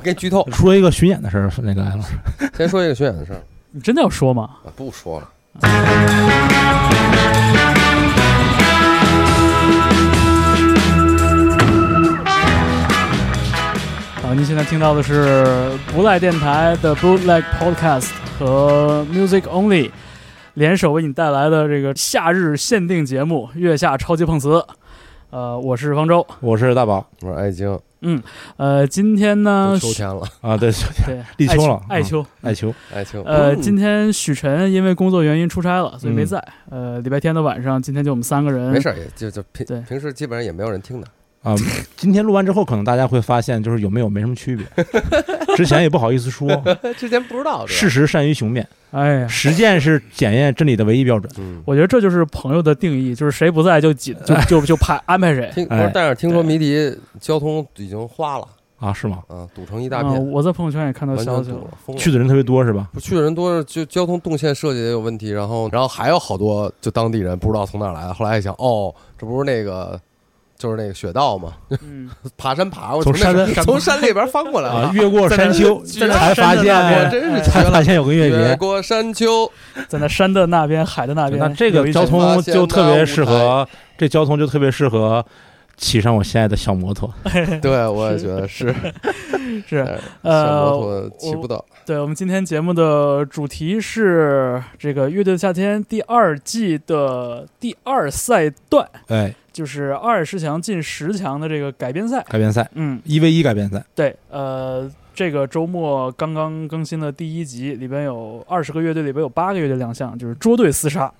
给你剧透。 说一个巡演的事儿，那个艾老师， 先说一个巡演的事儿。 你真的要说吗？ 不说了。 您现在听到的是不赖电台的 Bootleg Podcast 和 Music Only 联手为你带来的这个夏日限定节目《月下超级碰瓷》。我是方舟， 我是大宝， 我是艾晶。 今天呢， 秋天了啊，对，秋天，立秋了， 艾秋。今天许晨因为工作原因出差了，所以没在。礼拜天的晚上，今天就我们3个人， 没事，也就平时基本上也没有人听的。 今天录完之后，可能大家会发现，就是有没有没什么区别。之前也不好意思说， 之前不知道。 事实善于雄辩， 哎呀， 实践是检验真理的唯一标准。 我觉得这就是朋友的定义，就是谁不在就安排谁。 但是听说迷笛交通已经花了啊？是吗？ 堵成一大片。 我在朋友圈也看到消息了， 去的人特别多是吧？ 不去的人多，就交通动线设计也有问题，然后还有好多就当地人不知道从哪来的，后来一想，这不是那个。就是那个雪道嘛，爬山爬，我从山里边翻过来了， 越过山丘，才发现有个越过山丘， 在那山的那边，海的那边。 那这个交通就特别适合，骑上我现在的小摩托。 对，我也觉得是小摩托骑不到。 对，我们今天节目的主题是这个《乐队的夏天》第2季的第2赛段，就是20强进10强的这个改编赛。1v1改编赛。对，这个周末刚刚更新的第1集，里边有20个乐队，里边有8个乐队亮相，就是捉对厮杀。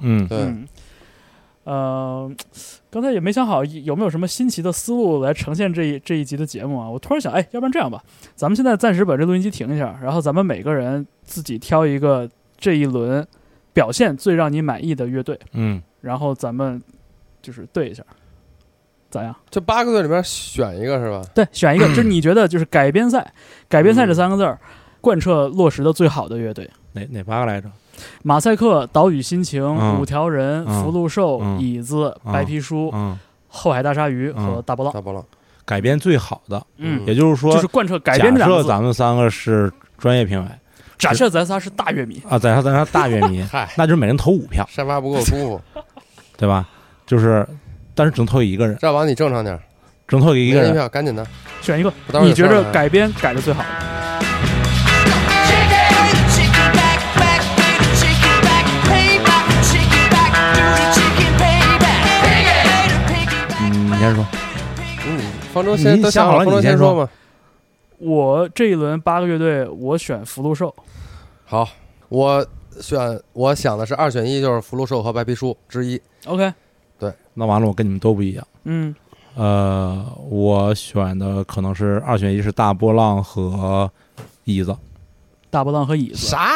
刚才也没想好有没有什么新奇的思路来呈现这一集的节目啊。我突然想，要不然这样吧，咱们现在暂时把这录音机停一下，然后咱们每个人自己挑一个这一轮表现最让你满意的乐队，然后咱们就是对一下，咋样？ 这8个队里面选一个是吧？ 对，选一个，就是你觉得就是改编赛这3个字贯彻落实的最好的乐队。 哪8个来着？ 马赛克、岛屿心情、5条人、福禄寿、椅子、白皮书、后海大鲨鱼和大波浪。 改编最好的，也就是说， 就是贯彻改编这两个字。 假设咱们3个是专业评委， 假设咱仨是大乐迷啊，咱仨大乐迷，那就是每人投5票， 山发不够舒服， 对吧？就是，但是只能投一个人。 赵王，你正常点， 只能投一个人。 一票，赶紧的， 选一个。你觉得改编改的最好的？ 你先说。 方舟先， 你想好了， 你先说嘛。 我这一轮8个乐队，我选福禄寿。 好，我想的是2选1，就是福禄寿和白皮书之一。 OK， 对， 那完了，我跟你们都不一样。我选的可能是2选1，是大波浪和椅子。 大波浪和椅子？ 啥？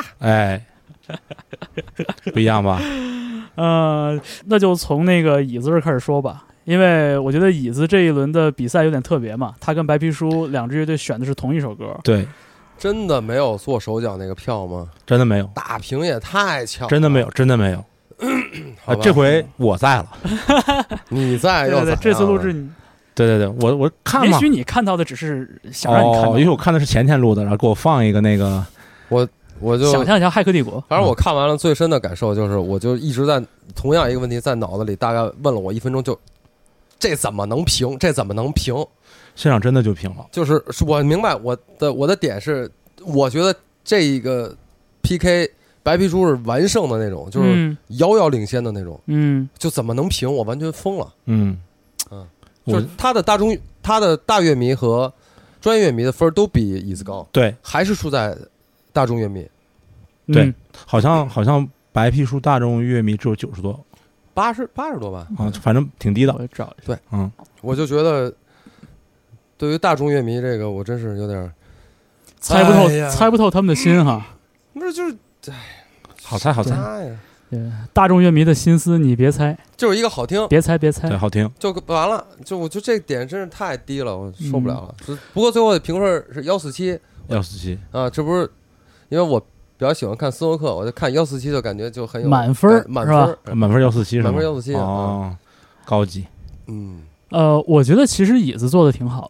不一样吧？ 那就从那个椅子这开始说吧。因为我觉得椅子这一轮的比赛有点特别嘛，他跟白皮书2支乐队选的是同一首歌。 对， 真的没有做手脚那个票吗？ 真的没有， 打平也太巧了。 真的没有。这回我在了， 你在又对，这次录制你。 对，我看了。 也许你看到的只是想让你看到， 因为我看的是前天录的，然后给我放一个那个， 我就想象一下《骇客帝国》。 反正我看完了，最深的感受就是，我就一直在同样一个问题在脑子里大概问了我1分钟，就这怎么能平？现场真的就平了。 就是我明白我的点是，我觉得这一个 PK 白皮书是完胜的那种，就是遥遥领先的那种。就怎么能平？我完全疯了。就是他的大乐迷和专业乐迷的分都比椅子高。 对， 还是输在大众乐迷。 对，好像白皮书大众乐迷只有90多 ，80多吧。 反正挺低的。 我找一下。对，我就觉得对于大众乐迷这个，我真是有点猜不透他们的心哈。 不是，就是好猜呀。 大众乐迷的心思你别猜， 就是一个好听， 别猜， 对，好听就完了。我觉得这点真是太低了，我受不了了。不过最后的评分是147啊，这不是因为我比较喜欢看斯诺克，我就看147就感觉就很有满分是吧？满分147是吗？ 满分147 哦，高级。 我觉得其实椅子做的挺好的。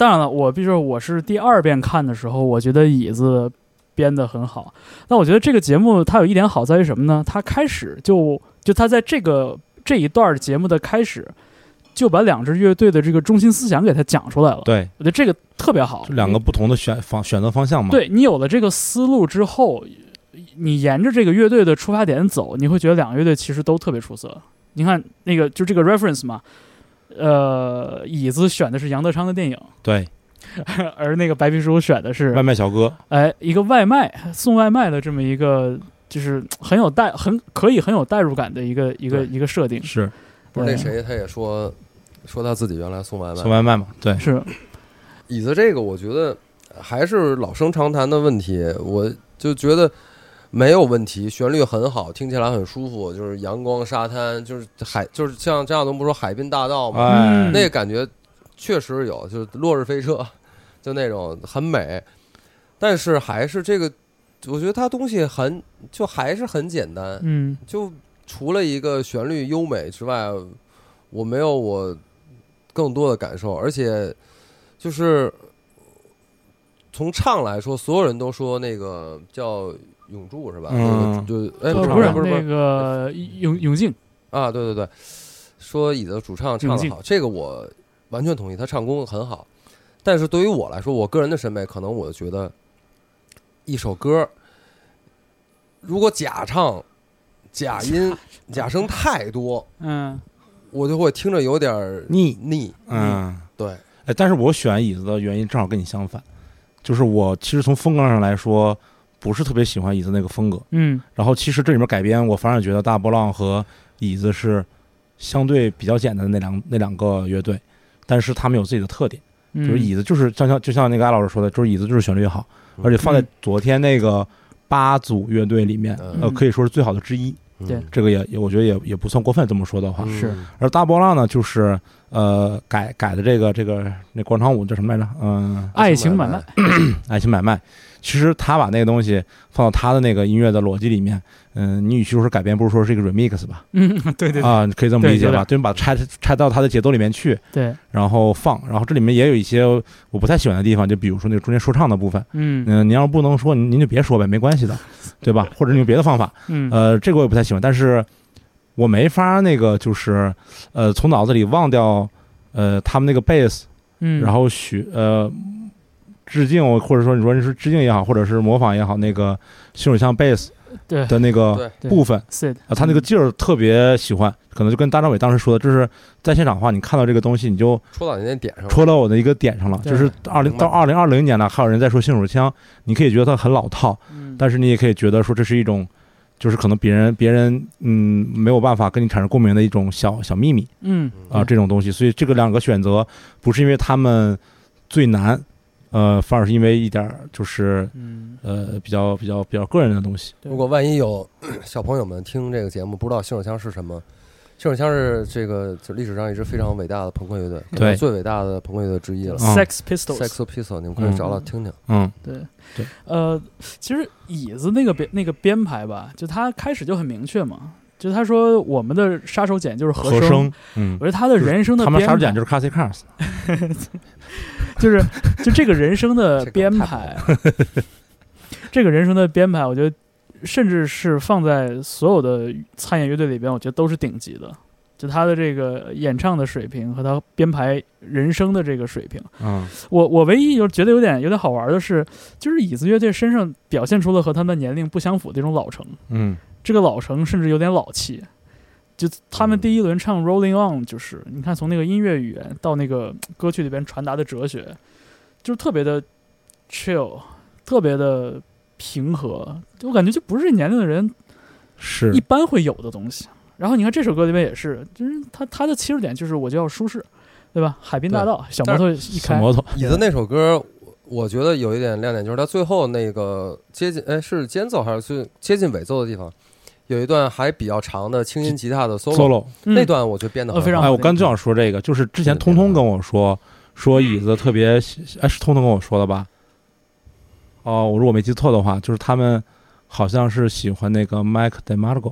当然了，我必须说我是第2遍看的时候，我觉得椅子编得很好。但我觉得这个节目它有一点好在于什么呢？它开始就它在这一段节目的开始，就把2支乐队的这个中心思想给它讲出来了。 对， 我觉得这个特别好。 就2个不同的选择方向嘛。 对，你有了这个思路之后，你沿着这个乐队的出发点走，你会觉得2个乐队其实都特别出色。你看那个就这个 reference 嘛，椅子选的是杨德昌的电影， 对， 而那个白皮书选的是外卖小哥， 一个送外卖的这么一个，就是很有代入感的一个设定。 是， 不是那谁他也说他自己原来送外卖嘛？对， 是。 椅子这个我觉得还是老生常谈的问题，我就觉得没有问题，旋律很好，听起来很舒服，就是阳光沙滩，就是就是像张亚东不说海滨大道嘛，那个感觉确实有，就是落日飞车，就那种很美。但是还是这个，我觉得它东西还是很简单，就除了一个旋律优美之外，我没有我更多的感受，而且就是从唱来说，所有人都说那个叫永驻是吧？就不是那个永静啊，对对对，说椅子主唱唱得好，这个我完全同意，他唱功很好。但是对于我来说，我个人的审美，可能我觉得一首歌如果假唱、假音、假声太多，我就会听着有点腻。对。 但是我选椅子的原因正好跟你相反，就是我其实从风格上来说不是特别喜欢椅子那个风格，然后其实这里面改编我反而觉得大波浪和椅子是相对比较简单的那两个乐队，但是他们有自己的特点，就是椅子就是就像那个艾老师说的，就是椅子就是旋律好，而且放在昨天那个8组乐队里面，可以说是最好的之一。 对， 这个我觉得也不算过分，这么说的话是。 而大波浪呢，就是改的这个那广场舞叫什么来着？ 爱情买卖， 爱情买卖。其实他把那个东西放到他的那个音乐的逻辑里面，你与其说是改编，不如说是一个 remix 吧？ 对对啊，可以这么理解吧？对，把它拆到他的节奏里面去， 对， 然后放，然后这里面也有一些我不太喜欢的地方，就比如说那个中间说唱的部分，您要是不能说，您就别说呗，没关系的，对吧？或者你有别的方法，这个我也不太喜欢，但是我没法那个就是从脑子里忘掉他们那个 bass，然后致敬，或者说你说是致敬也好，或者是模仿也好，那个新手枪 bass 的那个部分他那个劲儿特别喜欢，可能就跟大张伟当时说的，就是在现场的话，你看到这个东西，你就戳到你那点上了， 戳到我的一个点上了。就是到2020年了，还有人在说新手枪，你可以觉得它很老套，但是你也可以觉得说这是一种，就是可能别人没有办法跟你产生共鸣的一种小秘密，这种东西。所以这个2个选择不是因为他们最难。反而是因为一点就是比较个人的东西。 如果万一有小朋友们听这个节目不知道新手枪是什么，新手枪是这个就历史上一支非常伟大的朋克乐队， 对， 最伟大的朋克乐队之一了。 Sex Pistols， 你们可以找找听听。 对。其实椅子那个编排吧，就他开始就很明确嘛。就他说我们的杀手锏就是和声，我觉得他的人声的编排， 他们杀手锏就是 Classic Cars， 就这个人声的编排，这个人声的编排，我觉得甚至是放在所有的参演乐队里边，我觉得都是顶级的。就他的这个演唱的水平和他编排人声的这个水平，我唯一就觉得有点好玩的是，就是椅子乐队身上表现出了和他们年龄不相符的一种老成，这个老成甚至有点老气。就他们第一轮唱 Rolling On， 就是你看从那个音乐语言到那个歌曲里边传达的哲学，就是特别的 chill， 特别的平和，我感觉就不是年龄的人是一般会有的东西。然后你看这首歌里面也是，就是他的起始点就是我就要舒适，对吧？海滨大道，小摩托一开， 椅子那首歌，我觉得有一点亮点，就是他最后那个接近是间奏还是接近尾奏的地方，有一段还比较长的轻音吉他的 solo， 那段我觉得编得很好。 非常好。 我刚就想说这个，就是之前通通跟我说椅子特别，是通通跟我说的吧？我如果没记错的话，就是他们好像是喜欢那个 Mike DeMarco。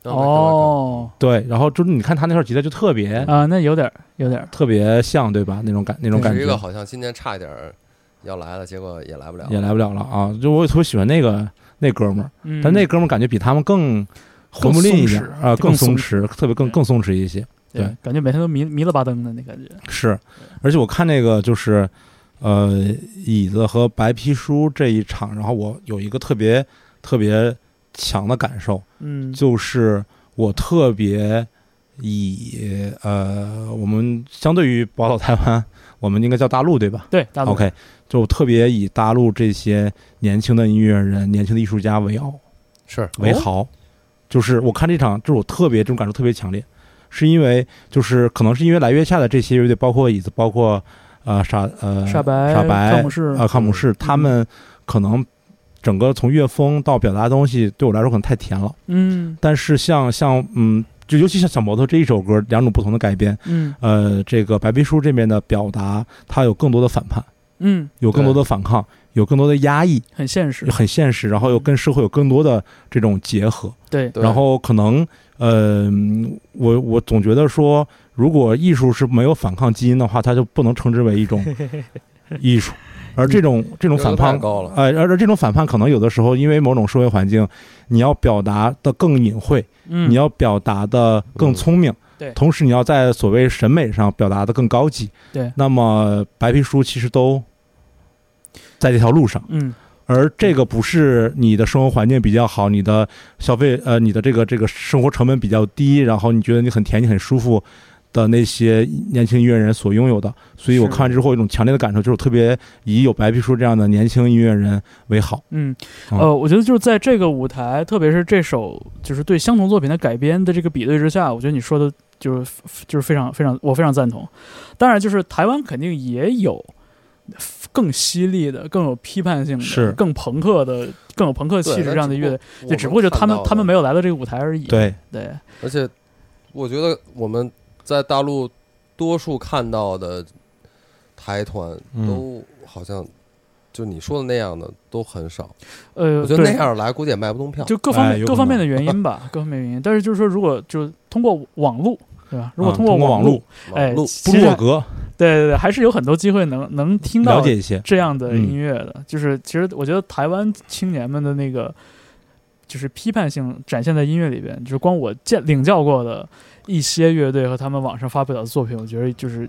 哦， 对，然后就是你看他那块吉他就特别啊，那有点特别像，对吧？那种感觉。 是一个好像今年差一点要来了，结果也来不了了啊！就我也特别喜欢那哥们儿，但那哥们儿感觉比他们更混不吝一点啊，更松弛，特别更松弛一些。对， 感觉每天都迷了巴登的那感觉。 是，而且我看那个就是椅子和白皮书这一场，然后我有一个特别强的感受，就是我特别以我们相对于宝岛台湾，我们应该叫大陆对吧？ 对，大陆。 OK， 就特别以大陆这些年轻的音乐人、年轻的艺术家为傲，为豪。就是我看这场，就是我这种感受特别强烈。是因为就是可能是因为来月下的这些乐队，包括椅子，包括傻白、康姆士，他们可能整个从乐风到表达的东西，对我来说可能太甜了。但是像就尤其像小摩托这一首歌，两种不同的改编。这个白皮书这边的表达，它有更多的反叛，有更多的反抗，有更多的压抑， 很现实， 然后又跟社会有更多的这种结合。 对， 然后可能我总觉得说，如果艺术是没有反抗基因的话，它就不能称之为一种艺术。而这种反叛，而这种反叛可能有的时候因为某种社会环境，你要表达的更隐晦，你要表达的更聪明， 对， 同时你要在所谓审美上表达的更高级， 对。 那么白皮书其实都在这条路上，而这个不是你的生活环境比较好，你的消费你的这个生活成本比较低，然后你觉得你很甜你很舒服的那些年轻音乐人所拥有的。所以我看完之后有一种强烈的感受，就是特别以有白皮书这样的年轻音乐人为好。 我觉得就是在这个舞台，特别是这首就是对相同作品的改编的这个比对之下，我觉得你说的就是非常我非常赞同。当然就是台湾肯定也有更犀利的、更有批判性的、更朋克的、更有朋克气质这样的乐队，就只不过就他们没有来到这个舞台而已。 对， 而且我觉得我们在大陆多数看到的台团都好像就你说的那样的都很少。我觉得那样来估计也卖不动票， 就各方面的原因吧，各方面原因。但是就是说，如果就通过网络，对吧？如果通过网络， 部落格。 对，还是有很多机会能听到了解一些这样的音乐的。就是其实我觉得台湾青年们的那个就是批判性展现在音乐里边，就是光我领教过的一些乐队和他们网上发表的作品，我觉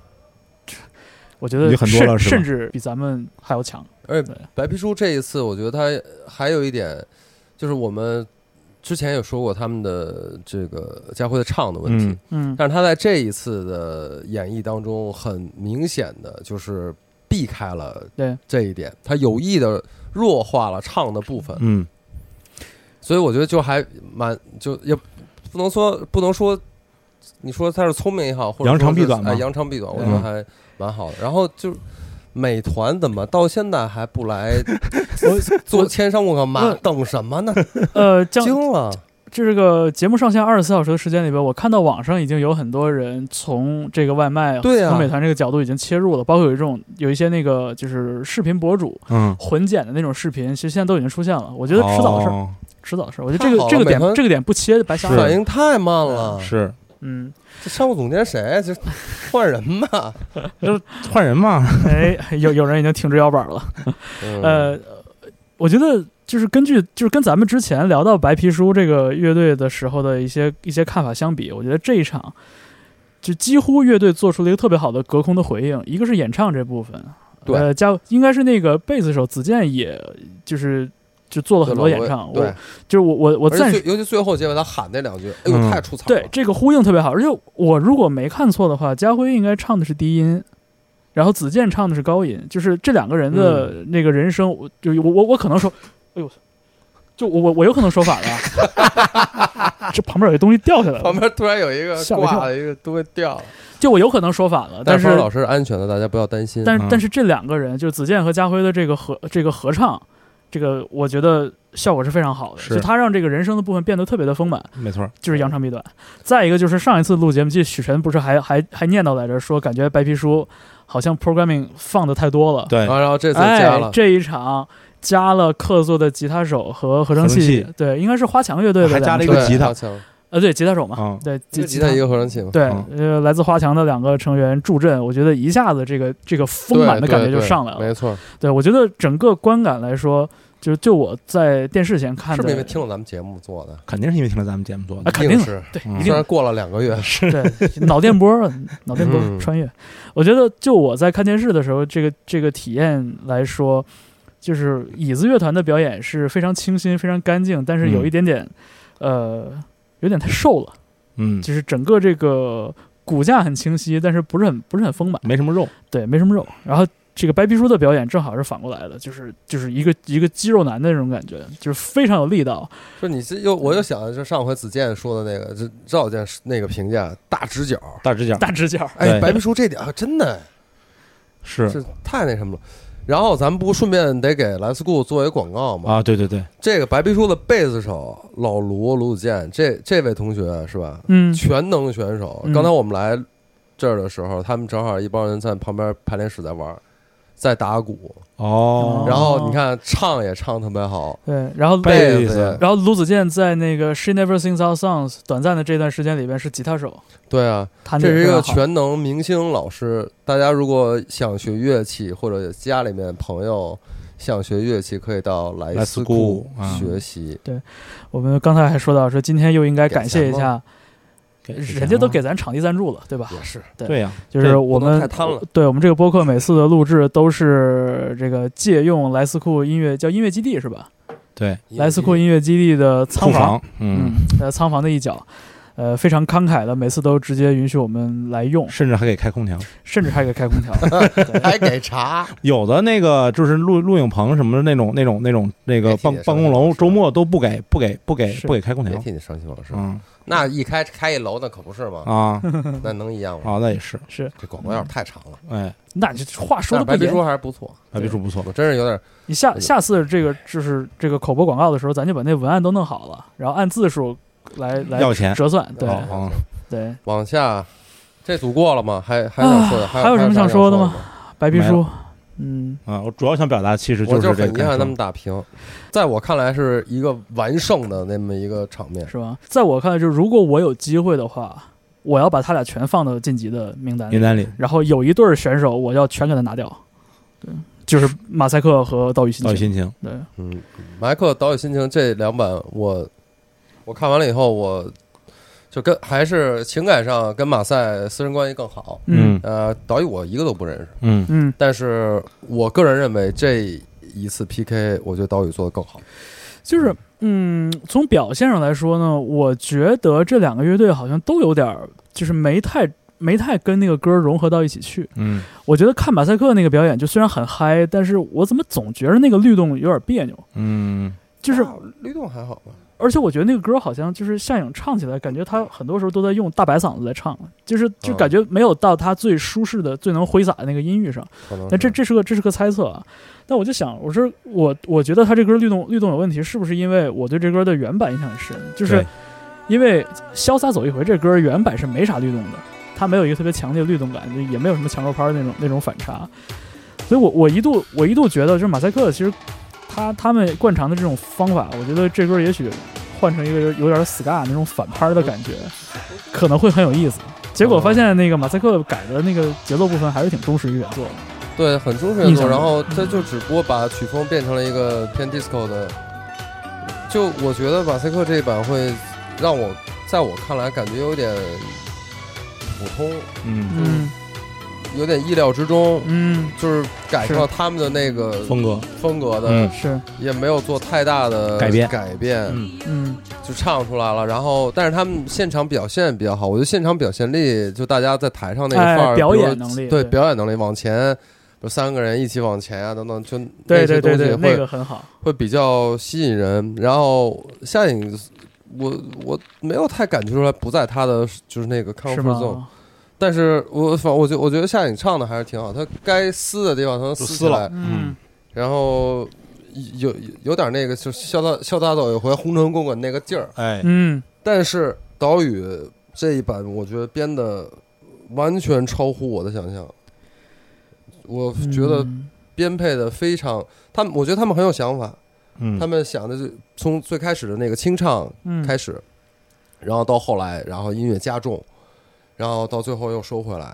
得很多了， 甚至比咱们还要强。 而且白皮书这一次，我觉得它还有一点，就是我们之前有说过他们的这个家辉的唱的问题，但是他在这一次的演绎当中，很明显的就是避开了这一点，他有意的弱化了唱的部分，所以我觉得就还就也不能说，你说他是聪明也好，或者扬长避短嘛， 扬长避短，我觉得还蛮好的。然后就美团怎么到现在还不来做签商务干嘛？等什么呢？惊了！ 这个节目上线24小时的时间里边，我看到网上已经有很多人从这个外卖和美团这个角度已经切入了，包括有一些那个就是视频博主混剪的那种视频，其实现在都已经出现了。我觉得迟早的事，我觉得这个点不切白瞎了， 反应太慢了。 是， 这商务总监谁？就换人吧， 就换人嘛。 有人已经挺直腰板了。我觉得就是跟咱们之前聊到白皮书这个乐队的时候的一些看法相比，我觉得这一场就几乎乐队做出了一个特别好的隔空的回应。一个是演唱这部分，应该是那个贝斯手子健，也就做了很多演唱。我暂时， 尤其最后结尾他喊那两句，哎呦太出彩了。 对，这个呼应特别好。而且我如果没看错的话，家辉应该唱的是低音，然后子健唱的是高音，就是这两个人的那个人声，就我可能说，哎呦，就我有可能说反了，这旁边有一东西掉下来了， 旁边突然有一个挂的一个东西掉了， 就我有可能说反了，但是老师是安全的，大家不要担心。 但是这两个人，就子健和家辉的这个合唱，这个我觉得效果是非常好的，就他让这个人声的部分变得特别的丰满， 没错， 就是扬长避短。再一个就是上一次录节目，记得许晨不是还念叨来着，说感觉白皮书好像 programming 放的太多了， 对， 然后这次加了， 这一场加了客座的吉他手和合成器，对，应该是花墙乐队的， 还加了一个吉他， 对，吉他手嘛，对， 吉他一个合成器嘛， 对，来自华强的2个成员助阵，我觉得一下子这个丰满的感觉就上来了， 没错。 对，我觉得整个观感来说，就我在电视前看的， 是不是因为听了咱们节目做的？ 肯定是因为听了咱们节目做的， 肯定是， 对， 虽然过了2个月， 是对，脑电波穿越。我觉得就我在看电视的时候，这个体验来说，就是椅子乐团的表演是非常清新、非常干净，但是有一点点，有点太瘦了，就是整个这个骨架很清晰，但是不是很丰满， 没什么肉， 对，没什么肉。然后这个白皮书的表演正好是反过来的，就是一个肌肉男的那种感觉，就是非常有力道。 就你我又想就上回子健说的那个，就赵健那个评价，大直角。哎，白皮书这点真的是太那什么了。然后咱们不顺便得给莱斯库做一广告吗？ 对对对， 这个白皮书的贝斯手老卢子健，这位同学是吧？全能选手。刚才我们来这儿的时候，他们正好一帮人在旁边排练室在玩，在打鼓。然后你看唱也唱特别好， 对，然后贝斯， 然后卢子健在那个 She Never Sings Our Songs 短暂的这段时间里边是吉他手。 对啊，这是一个全能明星老师。大家如果想学乐器，或者家里面朋友想学乐器，可以到莱斯库学习。 对，我们刚才还说到说今天又应该感谢一下。人家都给咱场地赞助了，对吧？ 也是， 对呀， 就是我们太贪了。 对，我们这个播客每次的录制都是这个借用莱斯库音乐基地是吧？ 对， 莱斯库音乐基地的仓房，仓房的一角，非常慷慨的，每次都直接允许我们来用， 甚至还给开空调， 还给茶。 有的那个就是录影棚什么的那个办公楼，周末都不给开空调。 别替你伤心往事。那一开一楼那可不是吗？那能一样吗？ 那也是这广告要是太长了， 哎， 那这话说的不白皮书还是不错， 白皮书不错， 我真是有点。 你下次这个就是这个口播广告的时候，咱就把那文案都弄好了，然后按字数来要钱折算，对对。 往下，这组过了吗？还想说的？ 还有什么想说的吗？白皮书。 我主要想表达其实就是这个。 我就很遗憾他们打平，在我看来是一个完胜的那么一个场面， 是吧？在我看来，就是如果我有機会的话，我要把他俩全放到晋级的名单里，然后有一对选手我要全给他拿掉，对，就是马赛克和岛屿心情。对， 马赛克、岛屿心情这2版我看完了以后，我就还是情感上跟马赛私人关系更好。岛屿我一个都不认识。但是我个人认为这一次 PK， 我觉得岛屿做得更好。 就是从表现上来说呢，我觉得这2个乐队好像都有点就是没太跟那个歌融合到一起去。我觉得看马赛克那个表演就虽然很嗨，但是我怎么总觉得那个律动有点别扭。就是律动还好吧。 而且我觉得那个歌好像就是夏颖唱起来，感觉他很多时候都在用大白嗓子来唱，就感觉没有到他最舒适的、最能挥洒的那个音域上。但这是个猜测啊。但我就想，我觉得他这歌律动有问题，是不是因为我对这歌的原版印象很深？就是因为《潇洒走一回》这歌原版是没啥律动的，它没有一个特别强烈的律动感，也没有什么强弱拍那种反差。所以我一度觉得，就是马赛克其实。他们惯常的这种方法，我觉得这歌也许换成一个有点 ska 那种反拍的感觉，可能会很有意思。结果发现那个马赛克改的那个节奏部分还是挺忠实于原作的， 对，很忠实原作。然后他就只不过把曲风变成了一个偏 disco 的。就我觉得马赛克这一版会让我在我看来感觉有点普通，有点意料之中，就是改成了他们的那个风格的， 是也没有做太大的改变，就唱出来了。然后，但是他们现场表现比较好，我觉得现场表现力，就大家在台上那个范儿， 表演能力， 对表演能力，往前，比如3个人一起往前啊，等等，就那些东西会那个很好， 会比较吸引人。然后夏颖，我没有太感觉出来不在他的就是那个 comfort zone。但是我觉得夏颖唱的还是挺好，他该撕的地方他能撕起来，然后有点那个就笑大走一回红尘滚滚那个劲儿，但是岛屿这一版我觉得编的完全超乎我的想象，我觉得编配的非常，我觉得他们很有想法，他们想的是从最开始的那个清唱开始。 然后到后来，然后音乐加重，然后到最后又收回来。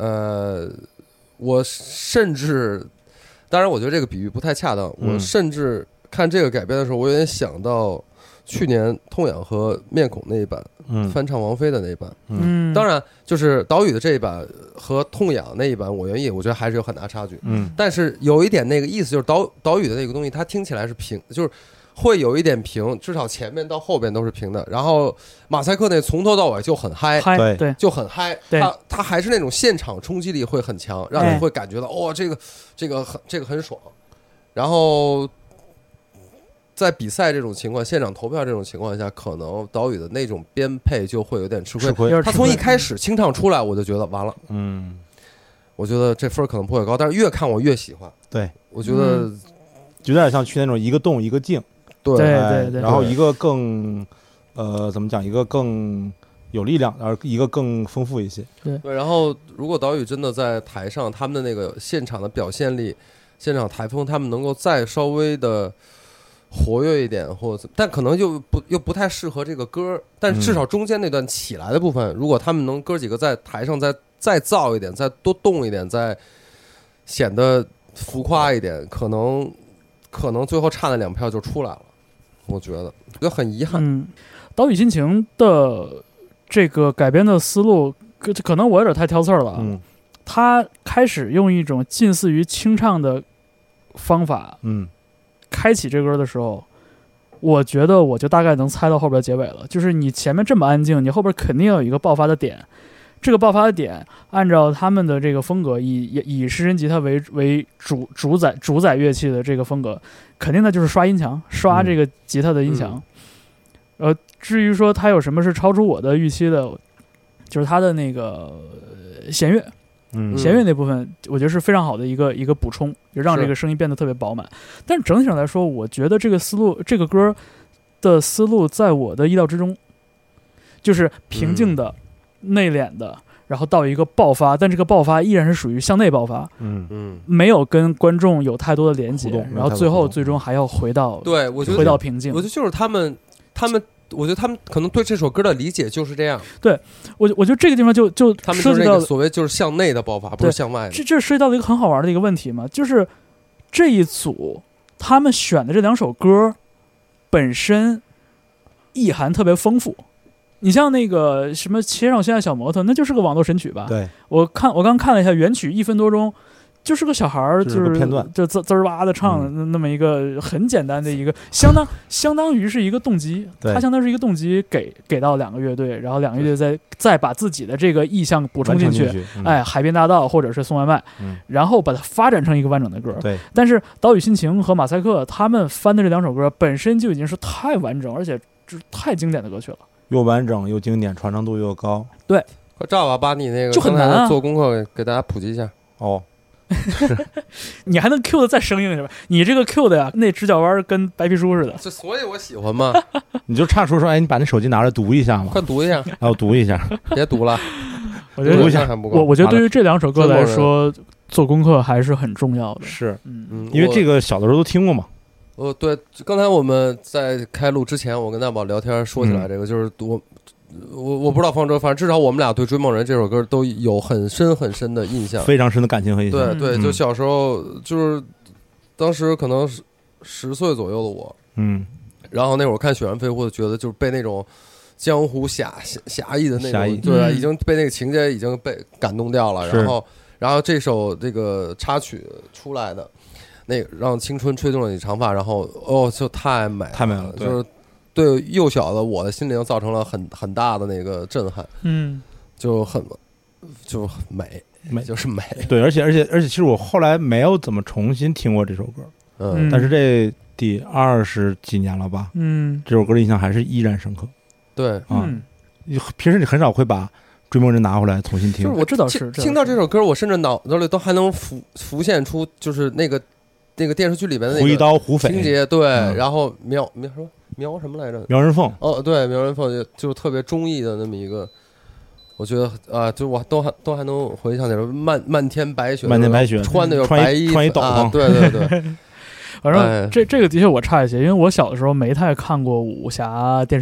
我甚至，当然我觉得这个比喻不太恰当，我甚至看这个改编的时候，我有点想到去年痛仰和面孔那一版，翻唱王菲的那一版。当然就是岛屿的这一版和痛仰那一版，我愿意，我觉得还是有很大差距。但是有一点那个意思，就是岛屿的那个东西，它听起来是平，就是会有一点平，至少前面到后边都是平的。然后马赛克那从头到尾就很嗨， 对， 就很嗨。它还是那种现场冲击力会很强，让你会感觉到这个很爽。然后在比赛这种情况，现场投票这种情况下，可能岛屿的那种编配就会有点吃亏。他从一开始清唱出来，我就觉得完了。我觉得这分可能不会高，但是越看我越喜欢。 对， 我觉得有点像去那种一个动一个静。 对， 然后一个更怎么讲，一个更有力量，而一个更丰富一些。 对， 然后如果岛屿真的在台上，他们的那个现场的表现力、现场台风，他们能够再稍微的活跃一点，但可能又不太适合这个歌。但至少中间那段起来的部分，如果他们能哥几个在台上再造一点，再多动一点，再显得浮夸一点，可能最后差那2票就出来了。我觉得很遗憾。 岛屿心情的这个改编的思路，可能我有点太挑刺儿了。他开始用一种近似于清唱的方法，开启这歌的时候，我觉得我就大概能猜到后边结尾了。就是你前面这么安静，你后边肯定有一个爆发的点。这个爆发的点，按照他们的这个风格，以失真吉他为主宰乐器的这个风格，肯定的就是刷音墙，刷这个吉他的音墙。至于说他有什么是超出我的预期的，就是他的那个弦乐。弦乐那部分我觉得是非常好的一个补充，就让这个声音变得特别饱满。但是整体上来说，我觉得这个思路，这个歌的思路在我的意料之中，就是平静的、内敛的，然后到一个爆发，但这个爆发依然是属于向内爆发，没有跟观众有太多的连接，然后最终还要回到回到平静。 我觉得就是他们。我觉得他们可能对这首歌的理解就是这样。 对，我觉得这个地方就他们就是那个所谓就是向内的爆发，不是向外的。 这涉及到了一个很好玩的一个问题嘛，就是这一组他们选的这2首歌本身意涵特别丰富。你像那个什么切上现在小摩托，那就是个网络神曲吧？ 对， 我刚看了一下原曲1分多钟。就是个小孩儿，就是片段， 就滋儿哇的唱那么一个很简单的一个，相当于是一个动机，它相当于是一个动机给到2个乐队，然后2个乐队再把自己的这个意象补充进去，海边大道或者是送外卖，然后把它发展成一个完整的歌。 对， 但是岛屿心情和马赛克他们翻的这2首歌本身就已经是太完整，而且就是太经典的歌曲了， 又完整又经典，传唱度又高。 对， 赵吧，把你那个就很难啊， 做功课给大家普及一下哦。 你还能 Q 的再生硬是吧？你这个 Q 的呀，那直角弯跟白皮书似的。 所以我喜欢嘛。 你就差说，哎，你把那手机拿出来读一下嘛。 快读一下。 我读一下。 别读了。 我觉得读一下还不够。 我觉得对于这2首歌来说，做功课还是很重要的。 是，因为这个小的时候都听过嘛。 对，刚才我们在开录之前，我跟大宝聊天说起来这个，就是我不知道方舟，反正至少我们俩对《追梦人》这首歌都有很深很深的印象， 非常深的感情和印象。 对，就小时候就是当时可能10岁左右的我，然后那会儿看《雪山飞狐》，觉得就是被那种江湖侠义的那种，对，已经被那个情节已经被感动掉了。然后这首这个插曲出来的，那个让青春吹动了你长发，然后就太美了，就是。对幼小的我的心灵造成了很大的那个震撼，就美，就是美。 对，而且，其实我后来没有怎么重新听过这首歌，但是这第20几年了吧，这首歌的印象还是依然深刻。 对， 平时你很少会把《追梦人》拿回来重新听。 就是我知道听到这首歌，我甚至脑子里都还能浮现出就是那个电视剧里面的那个挥刀胡匪情节，对，然后苗什么来着？ 苗人凤。 对，苗人凤就特别中意的那么一个，我觉得就我都还能回想起来，漫天白雪，穿的有白衣， 穿一斗篷， 对。 反正这个的确我差一些，因为我小的时候没太看过武侠电视剧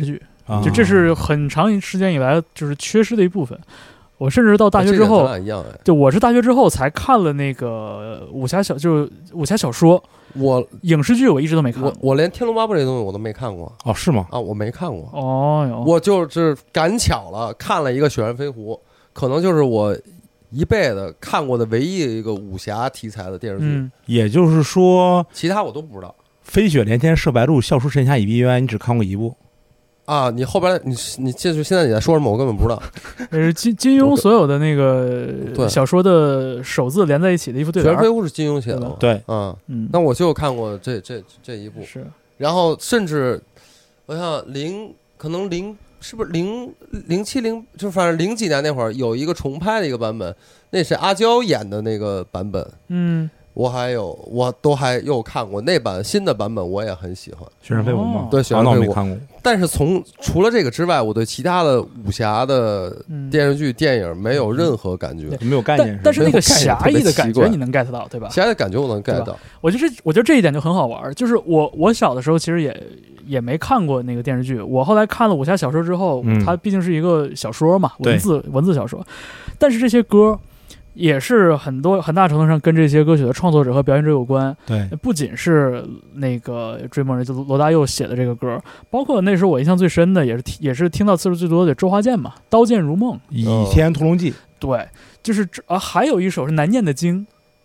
就这是很长时间以来就是缺失的一部分。我甚至到大学之后，就我是大学之后才看了那个武侠小说。我影视剧我一直都没看过， 我连《天龙八部》这东西我都没看过。 哦，是吗？ 啊，我没看过。 哦， 我就是赶巧了看了一个《雪山飞狐》，可能就是我一辈子看过的唯一一个武侠题材的电视剧。 也就是说， 其他我都不知道。 飞雪连天射白鹿，笑书神侠倚碧鸳，你只看过一部。 啊，你后边你就是现在你在说什么？我根本不知道。 这是金庸所有的那个小说的首字连在一起的一副对联。 《雪飞狐》是金庸写的， 对， 那我就看过这一部， 是。 然后甚至我想可能是不是070，就反正0几年那会儿有一个重拍的一个版本，那是阿娇演的那个版本，我都还又看过那版新的版本，我也很喜欢。 雪山飞狐吗？ 对，雪山飞狐没看过。 但是除了这个之外，我对其他的武侠的电视剧、电影没有任何感觉， 没有概念。 但是那个侠义的感觉你能 get 到，对吧？ 侠义的感觉我能 get 到。 我觉得这一点就很好玩。就是我小的时候其实也没看过那个电视剧，我后来看了武侠小说之后，它毕竟是一个小说嘛，文字小说。但是这些歌也是很大程度上跟这些歌曲的创作者和表演者有关。 对，不仅是那个追梦人就罗大佑写的这个歌，包括那时候我印象最深的也是听到次数最多的周华健嘛，《刀剑如梦》《 倚天屠龙记》。 对，就是还有一首是难念的经，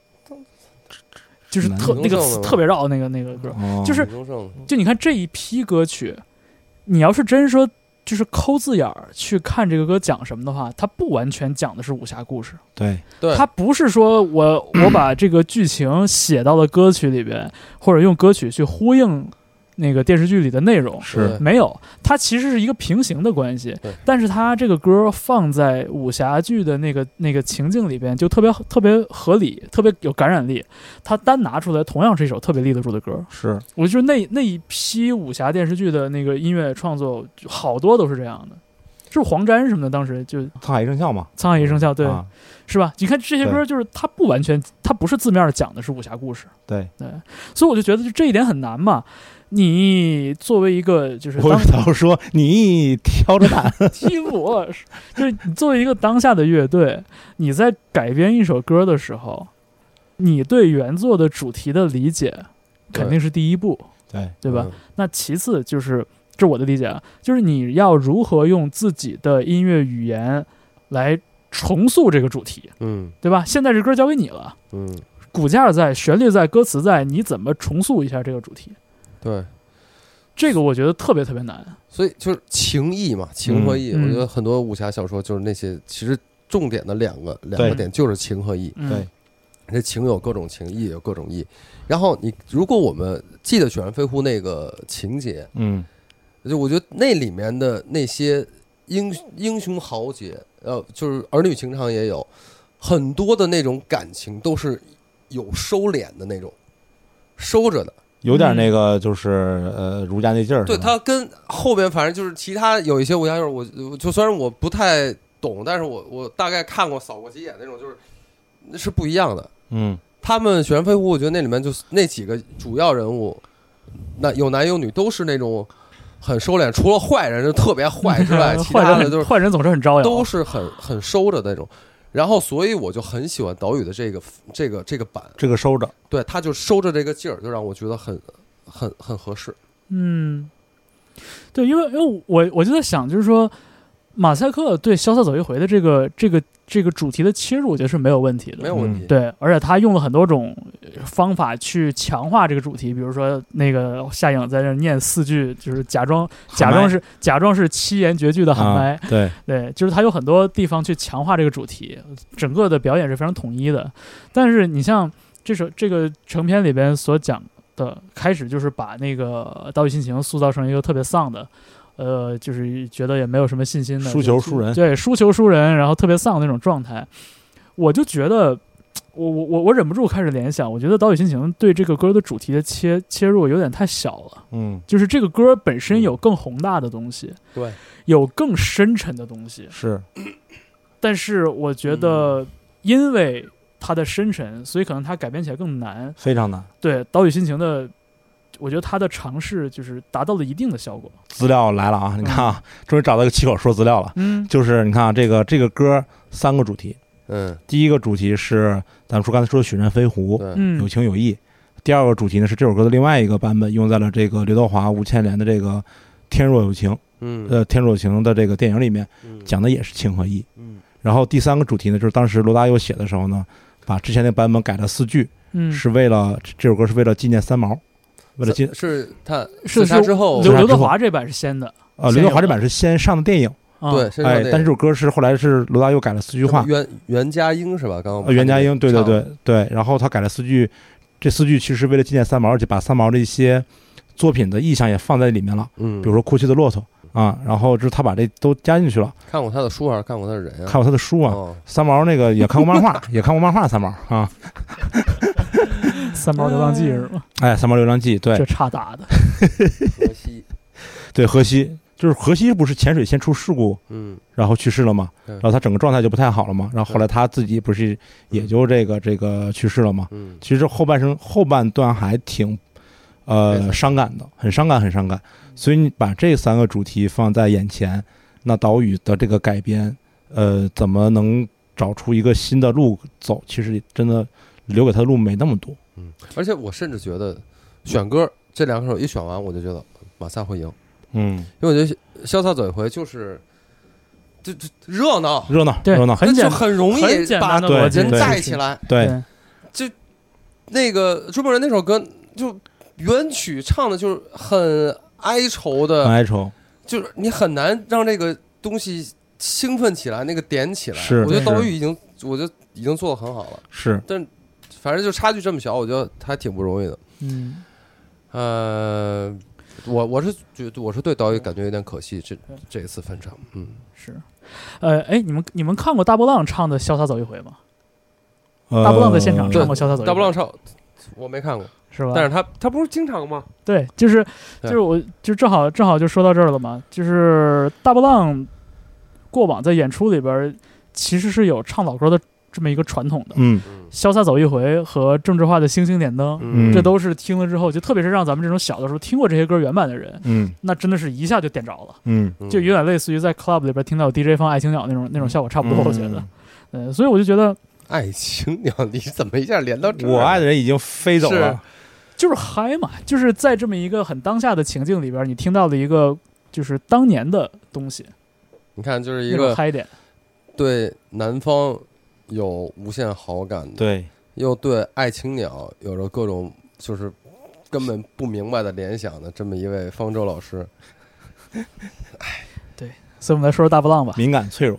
就是那个词特别绕的那个歌，就你看这一批歌曲，你要是真说。就是抠字眼儿去看这个歌讲什么的话，它不完全讲的是武侠故事。 对， 它不是说我把这个剧情写到了歌曲里边，或者用歌曲去呼应那个电视剧里的内容， 是没有。它其实是一个平行的关系，但是它这个歌放在武侠剧的那个情境里边，就特别合理，特别有感染力。它单拿出来，同样是一首特别立得住的歌。 是， 我觉得那一批武侠电视剧的那个音乐创作，好多都是这样的。是不是黄沾什么的？当时就《 沧海一声笑》嘛， 《沧海一声笑》对，是吧？你看这些歌，就是它不完全，它不是字面讲的是武侠故事。 对， 所以我就觉得就这一点很难嘛。你作为一个就是我早说你挑着担欺负我，就是你作为一个当下的乐队，你在改编一首歌的时候，你对原作的主题的理解肯定是第一步，对吧？那其次就是这是我的理解啊，就是你要如何用自己的音乐语言来重塑这个主题，对吧？现在这歌交给你了，骨架在，旋律在，歌词在，你怎么重塑一下这个主题？ 对， 这个我觉得特别特别难， 所以就是情义嘛，情和义。我觉得很多武侠小说就是那些，其实重点的两个点就是情和义。 对， 这情有各种情，义有各种义。然后如果我们记得《雪山飞狐》那个情节，就我觉得那里面的那些英雄豪杰，就是儿女情长也有很多的那种感情都是有收敛的那种，收着的。 有点那个就是儒家那劲儿， 对，他跟后边反正就是其他有一些武侠就是我就虽然我不太懂，但是我大概看过扫过几眼那种，就是是不一样的。他们《雪山飞狐》我觉得那里面就那几个主要人物，那有男有女，都是那种很收敛，除了坏人就特别坏之外，其他的就是坏人总是很招摇， 都是很收着那种。然后，所以我就很喜欢岛屿的这个版， 这个收着， 对，他就收着这个劲儿，就让我觉得很合适。 对，因为我就在想，就是说，马赛克对《潇洒走一回》的这个主题的切入，我觉得是没有问题的， 没有问题。 对，而且他用了很多种方法去强化这个主题，比如说那个夏颖在那念4句，就是假装是7言绝句的喊麦，对，就是他有很多地方去强化这个主题，整个的表演是非常统一的。但是你像这个成片里边所讲的，开始就是把那个岛屿心情塑造成一个特别丧的。就是觉得也没有什么信心的， 输球输人， 对，输球输人，然后特别丧的那种状态，我就觉得，我忍不住开始联想，我觉得岛屿心情对这个歌的主题的切入有点太小了，就是这个歌本身有更宏大的东西， 对， 有更深沉的东西， 是， 但是我觉得因为它的深沉，所以可能它改编起来更难， 非常难， 对，岛屿心情的我觉得他的尝试就是达到了一定的效果。 资料来了啊，你看啊，终于找到一个气口说资料了。就是你看啊，这个歌3个主题。第一个主题是咱们刚才说的雪山飞狐，有情有义。第二个主题呢是这首歌的另外一个版本，用在了这个刘德华、吴倩莲的这个天若有情，天若有情的这个电影里面，讲的也是情和义。然后第3个主题呢，就是当时罗大佑写的时候呢，把之前那版本改了4句，是为了这首歌是为了纪念三毛，为了是他自杀之后， 刘德华这版是先的， 刘德华这版是先上的电影。 对， 但这首歌是后来是罗大佑改了4句话。 袁家英是吧？刚刚袁家英，对，然后他改了4句。这4句其实是为了纪念三毛，而且把三毛的一些作品的意象也放在里面了。比如说《哭泣的骆驼》啊，然后就是他把这都加进去了。 看过他的书还是看过他的人啊？ 看过他的书啊。三毛那个也看过漫画，也看过漫画。三毛啊， 三毛流浪记是吗？ 三毛流浪记，对， 这差打的。 河西， 对，河西就是河西，不是潜水先出事故，然后去世了嘛，然后他整个状态就不太好了嘛，然后后来他自己不是也就这个去世了嘛。其实后半段还挺伤感的，很伤感。所以你把这3个主题放在眼前，那岛屿的这个改编，怎么能找出一个新的路走？其实真的留给他的路没那么多。 而且我甚至觉得选歌这2首一选完，我就觉得马赛会赢。因为我觉得潇洒走一回就是就热闹， 很就很容易把人带起来。 对， 就那个追梦人那首歌，就原曲唱的就是很哀愁，就是你很难让这个东西兴奋起来，那个点起来。我觉得岛屿已经做得很好了。是，但反正就差距这么小，我觉得还挺不容易的。我是对岛屿感觉有点可惜，这一次分场。 是，你们看过大波浪唱的《潇洒走一回》吗？大波浪在现场唱过《潇洒走一回》。 大波浪唱，我没看过， 是吧？ 但是他不是经常吗？ 对，就是我就正好就说到这儿了嘛。就是大波浪过往在演出里边其实是有唱老歌的这么一个传统的。潇洒走一回和政治化的星星点灯，这都是听了之后，就特别是让咱们这种小的时候听过这些歌原版的人，那真的是一下就点着了，就有点类似于在 club 里边听到 DJ 放爱情鸟那种效果差不多，我觉得，所以我就觉得爱情鸟，你怎么一下连到这儿？ 我爱的人已经飞走了， 就是嗨嘛，就是在这么一个很当下的情境里边，你听到了一个就是当年的东西， 你看就是一个嗨点， 对南方有无限好感的， 对， 又对爱情鸟有着各种就是根本不明白的联想的这么一位方舟老师。 对，所以我们来说说大波浪吧。 敏感脆弱。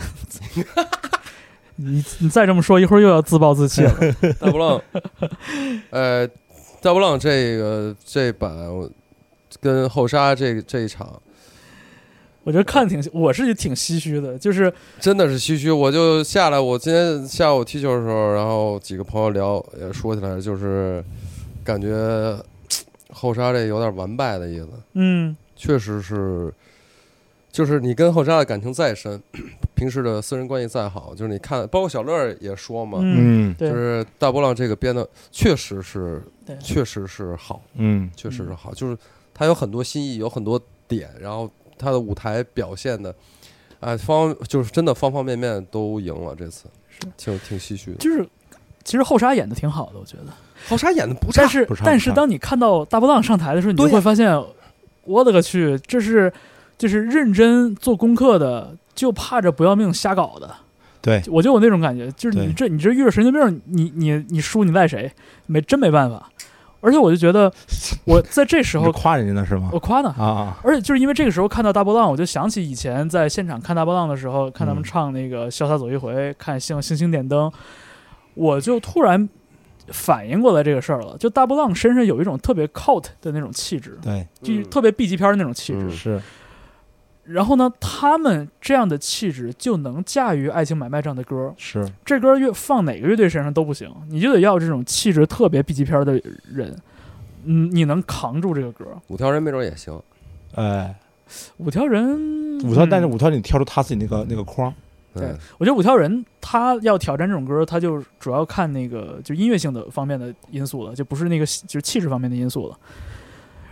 你再这么说，一会儿又要自暴自弃了。 大波浪，大波浪这版跟后沙这一场。 我觉得我是挺唏嘘的，就是真的是唏嘘。我就下来，我今天下午踢球的时候，然后几个朋友聊，也说起来，就是感觉后沙这有点完败的意思。确实是，就是你跟后沙的感情再深，平时的私人关系再好，就是你看，包括小乐也说嘛，就是大波浪这个编的确实是好，确实是好，就是他有很多新意，有很多点，然后。他的舞台表现的，就是真的方方面面都赢了，这次挺唏嘘的。 就是其实后沙演的挺好的，我觉得后沙演的不差， 但是当你看到大波浪上台的时候，你就会发现，我的个去，这是就是认真做功课的，就怕着不要命瞎搞的。 对， 我就有那种感觉，就是你这遇着神经病，你输你赖谁？真没办法。而且我就觉得，我在这时候夸人家呢是吗？ 我夸呢啊！而且就是因为这个时候看到大波浪，我就想起以前在现场看大波浪的时候，看他们唱那个《潇洒走一回》，看星星点灯，我就突然反应过来这个事儿了。就大波浪身上有一种特别 cult 的那种气质， 对， 就特别 B 级片的那种气质， 是。 然后呢，他们这样的气质就能驾驭《爱情买卖》这样的歌。 是， 这歌放哪个乐队身上都不行，你就得要这种气质特别 B 级片的人，你能扛住这个歌。 五条人没准也行， 五条人， 但是五条你跳出他自己那个框。 对，我觉得五条人他要挑战这种歌，他就主要看那个就音乐性的方面的因素了，就不是那个就是气质方面的因素了。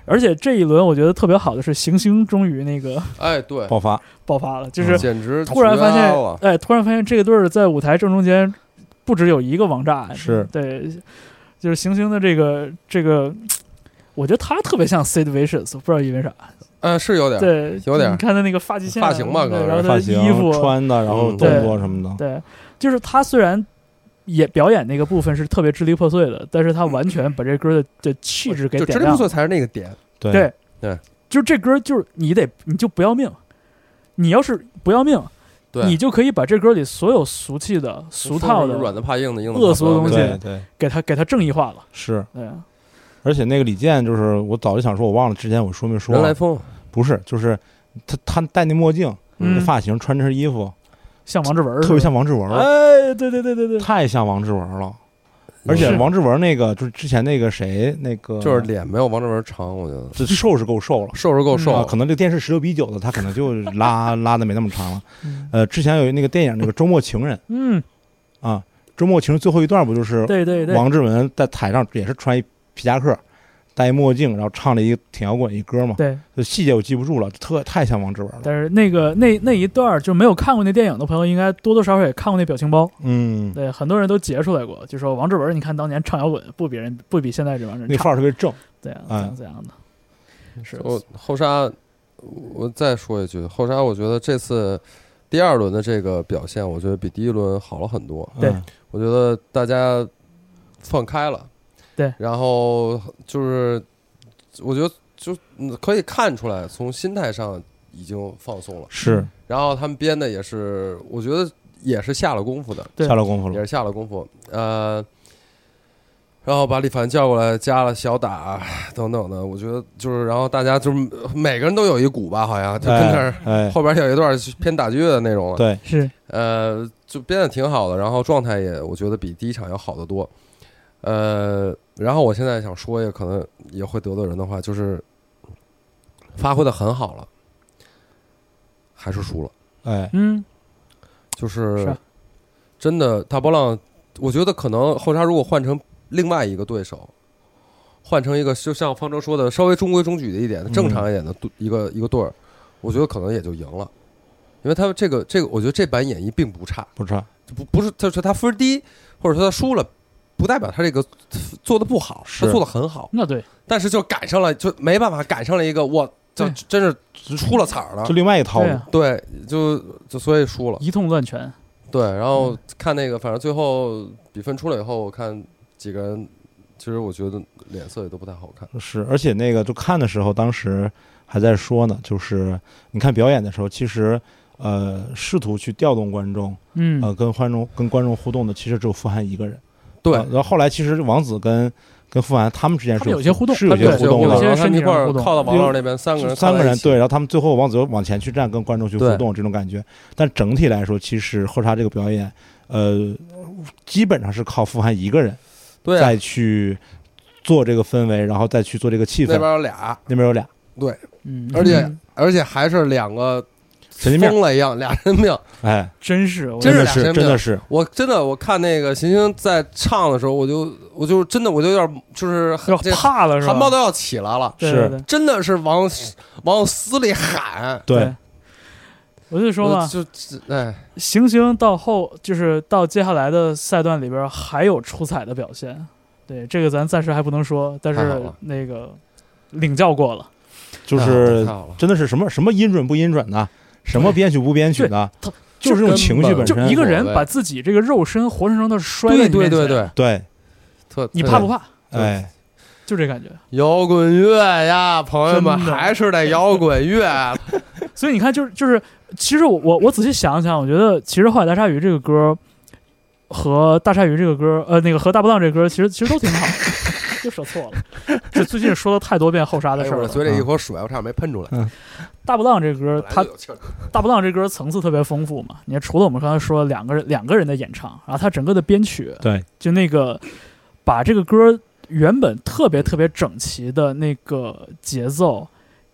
而且这一轮我觉得特别好的是行星终于那个对爆发了，就是简直突然发现突然发现这个队儿在舞台正中间不只有一个王炸， 是对，就是行星的这个，我觉得他特别像 Sid Vicious， 不知道因为啥。 是有点， 对， 有点。 你看他那个发际线、 发型吧， 然后他衣服穿的，然后动作什么的， 对，就是他虽然也表演那个部分是特别支离破碎的，但是他完全把这歌的气质给点亮。 支离破碎才是那个点。 对，就是这歌就是你就不要命，你要是不要命，你就可以把这歌里所有俗气的、俗套的、 软的怕硬的、硬的恶俗的东西， 对， 给它正义化了。 是， 对。 而且那个李健，就是我早就想说，我忘了之前我说没说。 人来疯不是，就是他戴那墨镜，发型，穿这身衣服， 像王志文， 特别像王志文。 哎，对， 太像王志文了。而且王志文那个就是之前那个谁，那个就是脸没有王志文长，我觉得这瘦是够瘦了， 瘦是够瘦， 可能这个电视16:9的，他可能就拉的没那么长了。之前有那个电影那个《周末情人》，周末情人最后一段不就是对王志文在台上也是穿一皮夹克，戴墨镜，然后唱了一个挺摇滚一歌嘛。 对， 细节我记不住了，太像王志文了。 但是那一段就没有看过那电影的朋友，应该多多少少也看过那表情包。对，很多人都截出来过，就说王志文，你看当年唱摇滚不比现在这帮人那范儿特别正。 对啊，怎样的？是后沙，我再说一句，后沙，我觉得这次第二轮的这个表现，我觉得比第一轮好了很多。 对， 我觉得大家放开了。 对， 然后就是我觉得就可以看出来，从心态上已经放松了。 是， 然后他们编的也是，我觉得也是下了功夫的， 下了功夫了， 也是下了功夫。然后把李凡叫过来，加了小打等等的，我觉得就是，然后大家就是每个人都有一鼓吧，好像就跟那儿后边有一段偏打击乐的那种了。 对， 是， 就编的挺好的，然后状态也我觉得比第一场要好得多。然后我现在想说一个可能也会得罪人的话，就是发挥的很好了，还是输了。就是真的大波浪，我觉得可能后沙如果换成另外一个对手，换成一个就像方舟说的稍微中规中矩的一点、正常一点的一个队儿，我觉得可能也就赢了，因为他这个，我觉得这版演绎并不差，不是，就是他分低，或者说他输了。不代表他这个做的不好，他做的很好。 那对， 但是就赶上了，就没办法赶上了一个，就真是出了彩了， 就另外一套路。 对，就所以输了， 一通乱拳。 对，然后看那个，反正最后比分出来以后，我看几个人，其实我觉得脸色也都不太好看。 是，而且那个就看的时候，当时还在说呢，就是你看表演的时候，其实试图去调动观众，跟观众互动的，其实只有傅涵一个人。对，然后后来其实王子跟傅涵他们之间是有些互动， 是有些互动的， 然后他们一块儿靠到王老那边，三个人对，然后他们最后王子往前去站，跟观众去互动这种感觉。但整体来说，其实后沙这个表演，基本上是靠傅涵一个人，再去做这个氛围，然后再去做这个气氛。 那边有俩，对，而且还是两个。疯了一样，俩人命， 哎， 真是真的是， 我看那个行星在唱的时候，我就真的我就有点就是怕了，是吧？ 汗毛都要起来了， 是， 真的是往死里喊， 对， 我就说嘛，行星就是到接下来的赛段里边还有出彩的表现，对，这个咱暂时还不能说，但是那个领教过了， 就是真的是什么音准不音准的。什么编曲不编曲的，就是这种情绪本身。 就一个人把自己这个肉身活生生的摔在你面前， 对， 你怕不怕？ 哎， 就这感觉。 摇滚乐呀，朋友们，还是得摇滚乐。 所以你看，就是，其实我仔细想想，我觉得其实《后海大鲨鱼》这个歌和大鲨鱼这个歌，那个和大波浪这个歌，其实都挺好。就说错了，这最近说了太多遍后沙的事儿了。 嘴里一口水，我差点没喷出来。 大波浪这歌，大波浪这歌层次特别丰富嘛。你看，除了我们刚才说两个人的演唱，然后他整个的编曲， 对， 就那个把这个歌原本特别特别整齐的那个节奏，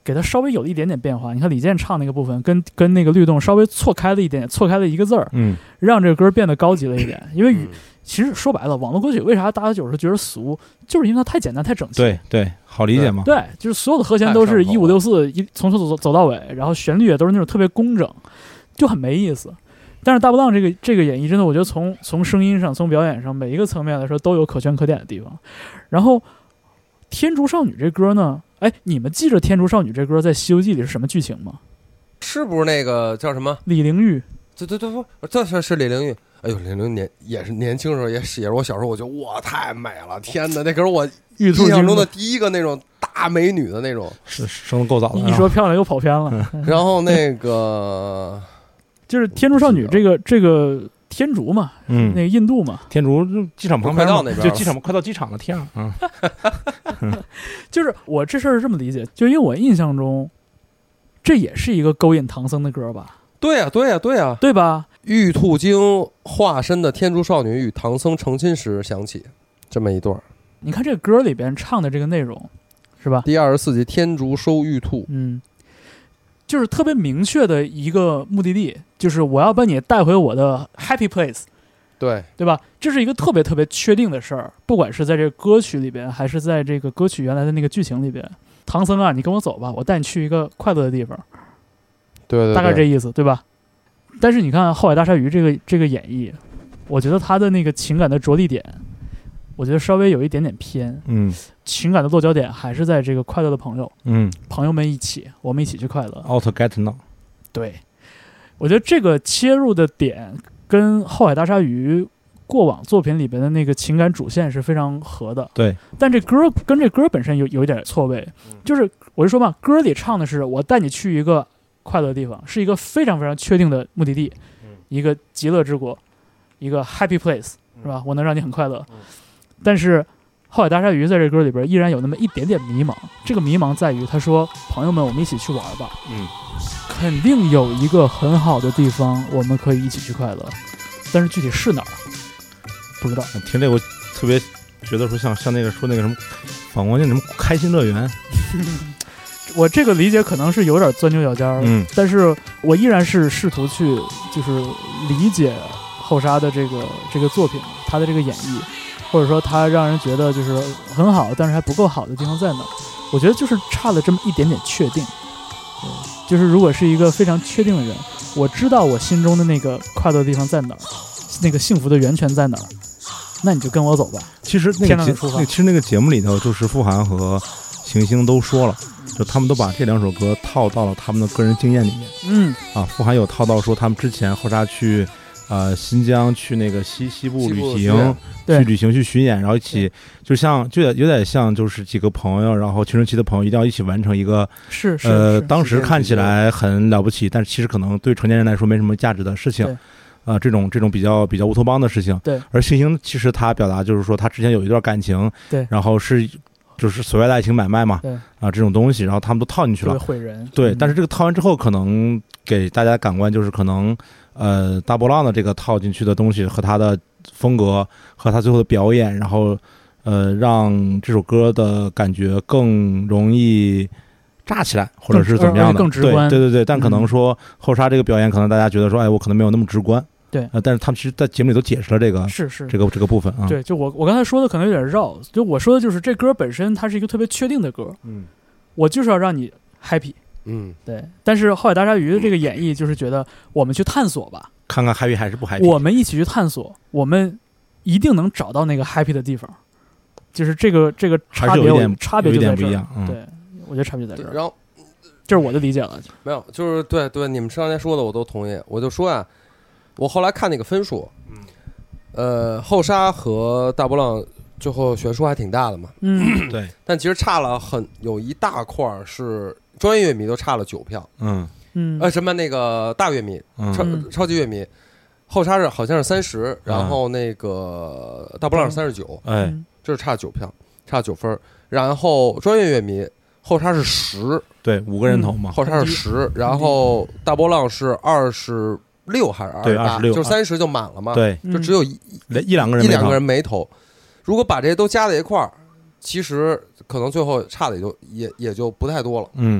给它稍微有了一点点变化。你看李健唱那个部分跟那个律动稍微错开了一点，错开了一个字儿，让这个歌变得高级了一点。因为其实说白了，网络歌曲为啥大家有时候觉得俗，就是因为它太简单太整齐。 对，好理解嘛。 对，就是所有的和弦都是1564从头走到尾，然后旋律也都是那种特别工整，就很没意思。但是大波浪这个演绎真的，我觉得从声音上、从表演上每一个层面来说都有可圈可点的地方。然后天竺少女这歌呢，哎，你们记着天竺少女这歌在《西游记》里是什么剧情吗？ 是不是那个叫什么李玲玉？ 对，这是李玲玉。哎呦，李玲玉也是年轻时候也是我小时候，我觉得哇太美了，天哪，那可是我印象中的第一个那种大美女的那种， 是生得够早的。 一说漂亮又跑偏了。 然后那个就是天竺少女这个天竺嘛，那个印度嘛， 天竺机场旁边到那边， 就机场快到机场了，天啊！ 就是我这事儿是这么理解，就因为我印象中，这也是一个勾引唐僧的歌吧？ 对呀，对吧？玉兔精化身的天竺少女与唐僧成亲时响起这么一段。 你看这个歌里边唱的这个内容，是吧？ 第24集天竺收玉兔， 就是特别明确的一个目的地，就是我要把你带回我的 happy place， 对吧？这是一个特别特别确定的事儿，不管是在这个歌曲里边，还是在这个歌曲原来的那个剧情里边。唐僧啊，你跟我走吧，我带你去一个快乐的地方。 对， 大概这意思，对吧？但是你看《后海大鲨鱼》这个演绎，我觉得他的那个情感的着力点，我觉得稍微有一点点偏。情感的落脚点还是在这个快乐的朋友，朋友们一起，我们一起去快乐。 Out get now。 对，我觉得这个切入的点跟《后海大鲨鱼》过往作品里边的那个情感主线是非常合的。 对， 但这歌跟这歌本身有一点错位，就是我就说嘛，歌里唱的是我带你去一个快乐的地方，是一个非常非常确定的目的地，一个极乐之国，一个 happy place， 是吧？我能让你很快乐。但是后海大鲨鱼在这歌里边依然有那么一点点迷茫，这个迷茫在于他说朋友们我们一起去玩吧，肯定有一个很好的地方我们可以一起去快乐，但是具体是哪儿不知道。 听这个我特别觉得说像那个说那个什么反光镜什么开心乐园我这个理解可能是有点钻牛角尖儿，但是我依然是试图去就是理解后沙的这个作品，他的这个演绎，或者说他让人觉得就是很好，但是还不够好的地方在哪？我觉得就是差了这么一点点确定。就是如果是一个非常确定的人，我知道我心中的那个快乐的地方在哪儿，那个幸福的源泉在哪儿，那你就跟我走吧。 其实那个节目里头，就是傅涵和行星都说了。就他们都把这两首歌套到了他们的个人经验里面。傅涵有套到说他们之前后沙去新疆去那个西部旅行，去旅行去巡演，然后一起就有点像就是几个朋友，然后青春期的朋友一定要一起完成一个当时看起来很了不起，但是其实可能对成年人来说没什么价值的事情。这种比较乌托邦的事情。 对。 而星星其实他表达就是说他之前有一段感情， 对， 然后就是所谓的爱情买卖嘛， 对这种东西，然后他们都套进去了， 毁人。 对，但是这个套完之后，可能给大家感官就是可能大波浪的这个套进去的东西和他的风格和他最后的表演，然后让这首歌的感觉更容易炸起来，或者是怎么样的， 更直观。 对，但可能说后沙这个表演，可能大家觉得说，哎，我可能没有那么直观。 对， 但是他们其实在节目里都解释了这个这个部分啊。 对，就我刚才说的可能有点绕，就我说的就是这歌本身它是一个特别确定的歌，我就是要让你 happy，对。但是后海大鲨鱼的这个演绎就是觉得我们去探索吧， 看看 happy 还是不 happy， 我们一起去探索，我们一定能找到那个 happy 的地方，就是这个差别就在这儿， 不一样。 对，我觉得差别在这儿。 然后这是我的理解了， 没有，就是对你们刚才说的我都同意，我就说我后来看那个分数，后沙和大波浪最后悬殊还挺大的嘛， 对， 但其实差了有一大块是专业乐迷都差了9票，什么那个大乐迷，超级乐迷，后沙好像是30，然后那个大波浪是39，这是差9票，差9分，然后专业乐迷后沙是10，对 ，5个人头嘛， 后沙是10，然后大波浪是26还是28？ 对，26， 就30就满了嘛。 对， 就只有一两个人没投。如果把这些都加在一块儿，其实可能最后差的也就不太多了。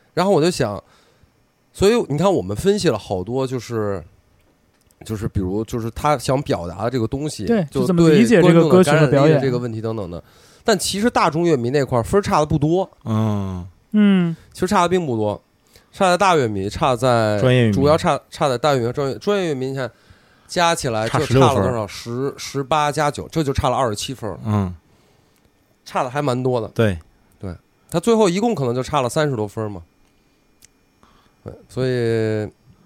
然后我就想，所以你看我们分析了好多，就是比如就是他想表达的这个东西， 对， 就怎么理解这个歌曲的表演这个问题等等的。但其实大众乐迷那块分差的不多，其实差的并不多，差在大乐迷，差在专业乐迷， 主要差在大乐迷和专业乐迷。你看加起来就差了多少？18加9，这就差了27分。差的还蛮多的。 对， 他最后一共可能就差了30多分嘛。对，所以，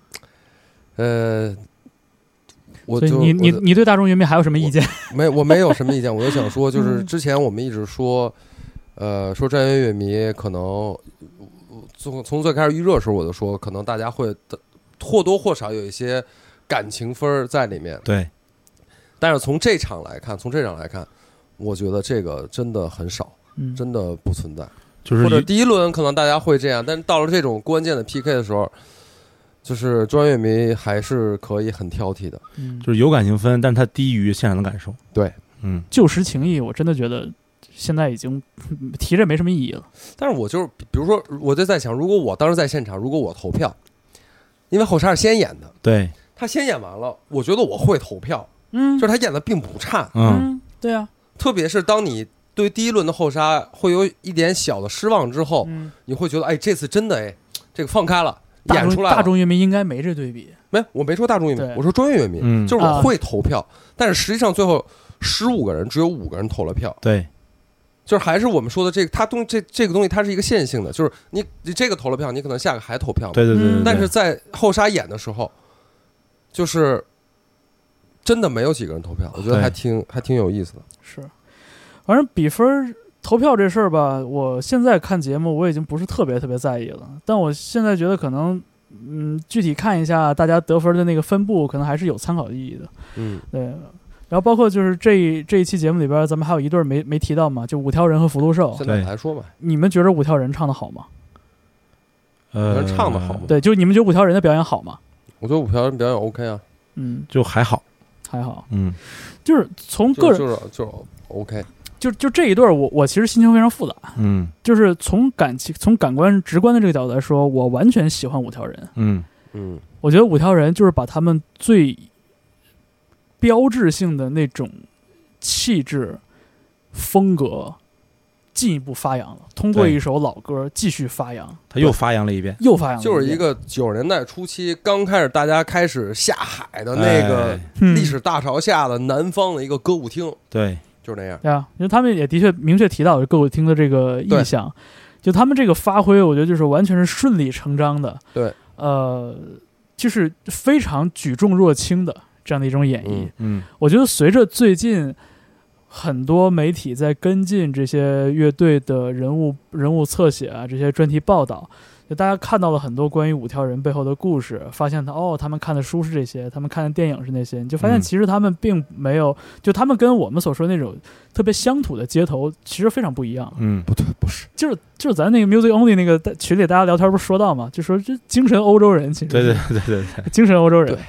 所以你对大众乐迷还有什么意见？ 我没有什么意见，我就想说，就是之前我们一直说，说专业乐迷可能从最开始预热的时候我就说，可能大家会或多或少有一些感情分在里面。 对， 但是从这场来看，我觉得这个真的很少，真的不存在。 就是或者第一轮可能大家会这样，但是到了这种关键的 PK 的时候，就是专业迷还是可以很挑剔的。 就是有感情分，但是它低于现场的感受。 对， 旧时情谊，我真的觉得现在已经提着没什么意义了。 但是我就是，比如说，我就在想，如果我当时在现场，如果我投票，因为后沙是先演的， 对， 他先演完了，我觉得我会投票。就是他演的并不差。 对啊， 特别是当你对第一轮的后沙会有一点小的失望之后，你会觉得，哎，这次真的，这个放开了，演出来了。 大众乐迷应该没这对比。 我没说大众乐迷，我说专业乐迷，就是我会投票，但是实际上最后15个人只有5个人投了票。 对， 就是还是我们说的这个，这个东西它是一个线性的，就是你这个投了票，你可能下个还投票。 对。 但是在后沙演的时候，就是真的没有几个人投票，我觉得还挺有意思的。是， 反正比分投票这事儿吧，我现在看节目我已经不是特别在意了，但我现在觉得可能具体看一下大家得分的那个分布，可能还是有参考意义的。对。然后包括就是这一期节目里边，咱们还有一对没提到嘛，就五条人和福禄寿。 现在来说吧， 你们觉得五条人唱的好吗？ 唱的好吗？ 对，就你们觉得五条人的表演好吗？ 我觉得五条人表演 OK 啊。 就还好。 就是从个人就是 OK。 就这一对我其实心情非常复杂。就是从感官直观的这个角度来说，我完全喜欢五条人。我觉得五条人就是把他们最标志性的那种气质风格进一步发扬了，通过一首老歌继续发扬。 他又发扬了一遍， 就是一个90年代初期刚开始大家开始下海的那个历史大潮下的南方的一个歌舞厅。 对， 就是那样。 对啊，因为他们也的确明确提到歌舞厅的这个意向，就他们这个发挥，我觉得就是完全是顺理成章的。 对， 就是非常举重若轻的这样的一种演绎。我觉得随着最近很多媒体在跟进这些乐队的人物侧写啊，这些专题报道，就大家看到了很多关于五条人背后的故事，发现他们看的书是这些，他们看的电影是那些，你就发现其实他们并没有，就他们跟我们所说的那种特别乡土的街头其实非常不一样。 不对，不是， 就是咱那个 Music Only 那个群里大家聊天不是说到吗？就说这精神欧洲人，其实对， 精神欧洲人。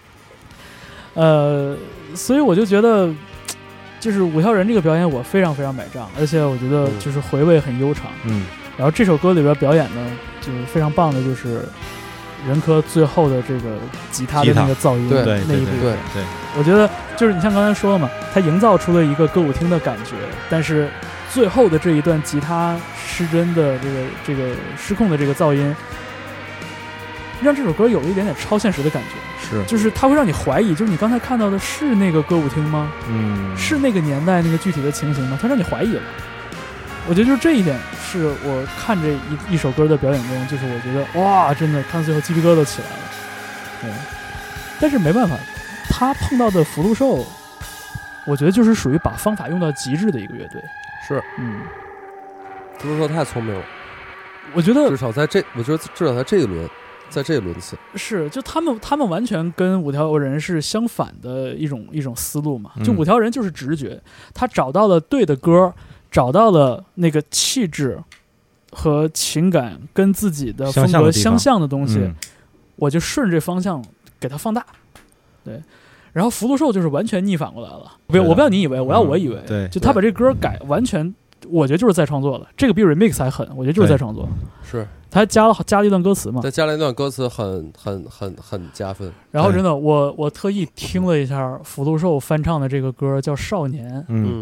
对， 所以我就觉得，就是五条人这个表演我非常买账，而且我觉得就是回味很悠长。然后这首歌里边表演呢，就是非常棒的，就是任科最后的这个吉他的那个噪音那一部分。 对， 我觉得就是你像刚才说了嘛，他营造出了一个歌舞厅的感觉，但是最后的这一段吉他失真的这个失控的这个噪音，让这首歌有一点点超现实的感觉。就是它会让你怀疑，就是你刚才看到的是那个歌舞厅吗？是那个年代那个具体的情形吗？它让你怀疑了。我觉得就是这一点是我看这一首歌的表演中，就是我觉得哇，真的看最后鸡皮疙瘩起来了。对，但是没办法，他碰到的福禄寿，我觉得就是属于把方法用到极致的一个乐队。 是，福禄寿太聪明了。 我觉得至少在这一轮。在这一轮次是，就他们完全跟五条人是相反的一种思路嘛。就五条人就是直觉，他找到了对的歌，找到了那个气质和情感跟自己的风格相像的东西，我就顺这方向给它放大。对，然后福禄寿就是完全逆反过来了。我不要你以为，我以为， 对， 就他把这歌改完全。我觉得就是再创作了，这个比 remix 还狠，我觉得就是再创作。 是， 他加了一段歌词嘛， 他加了一段歌词很加分。 然后真的，我特意听了一下福禄寿翻唱的这个歌，叫《少年》。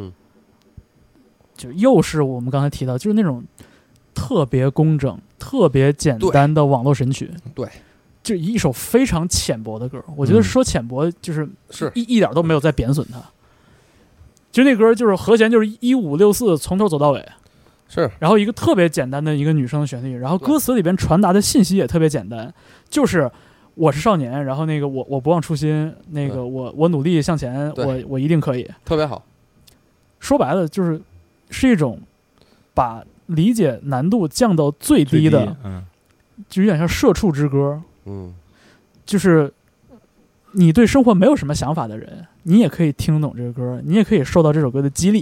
就又是我们刚才提到，就是那种特别工整、特别简单的网络神曲。 对， 就一首非常浅薄的歌。我觉得说浅薄就是一点都没有在贬损它。就那歌就是和弦就是1564从头走到尾， 是。 然后一个特别简单的一个女生的旋律，然后歌词里边传达的信息也特别简单，就是我是少年，然后那个我不忘初心，那个我努力向前，我一定可以， 特别好。 说白了是一种把理解难度降到最低的，就有点像社畜之歌。就是你对生活没有什么想法的人，你也可以听懂这个歌，你也可以受到这首歌的激励。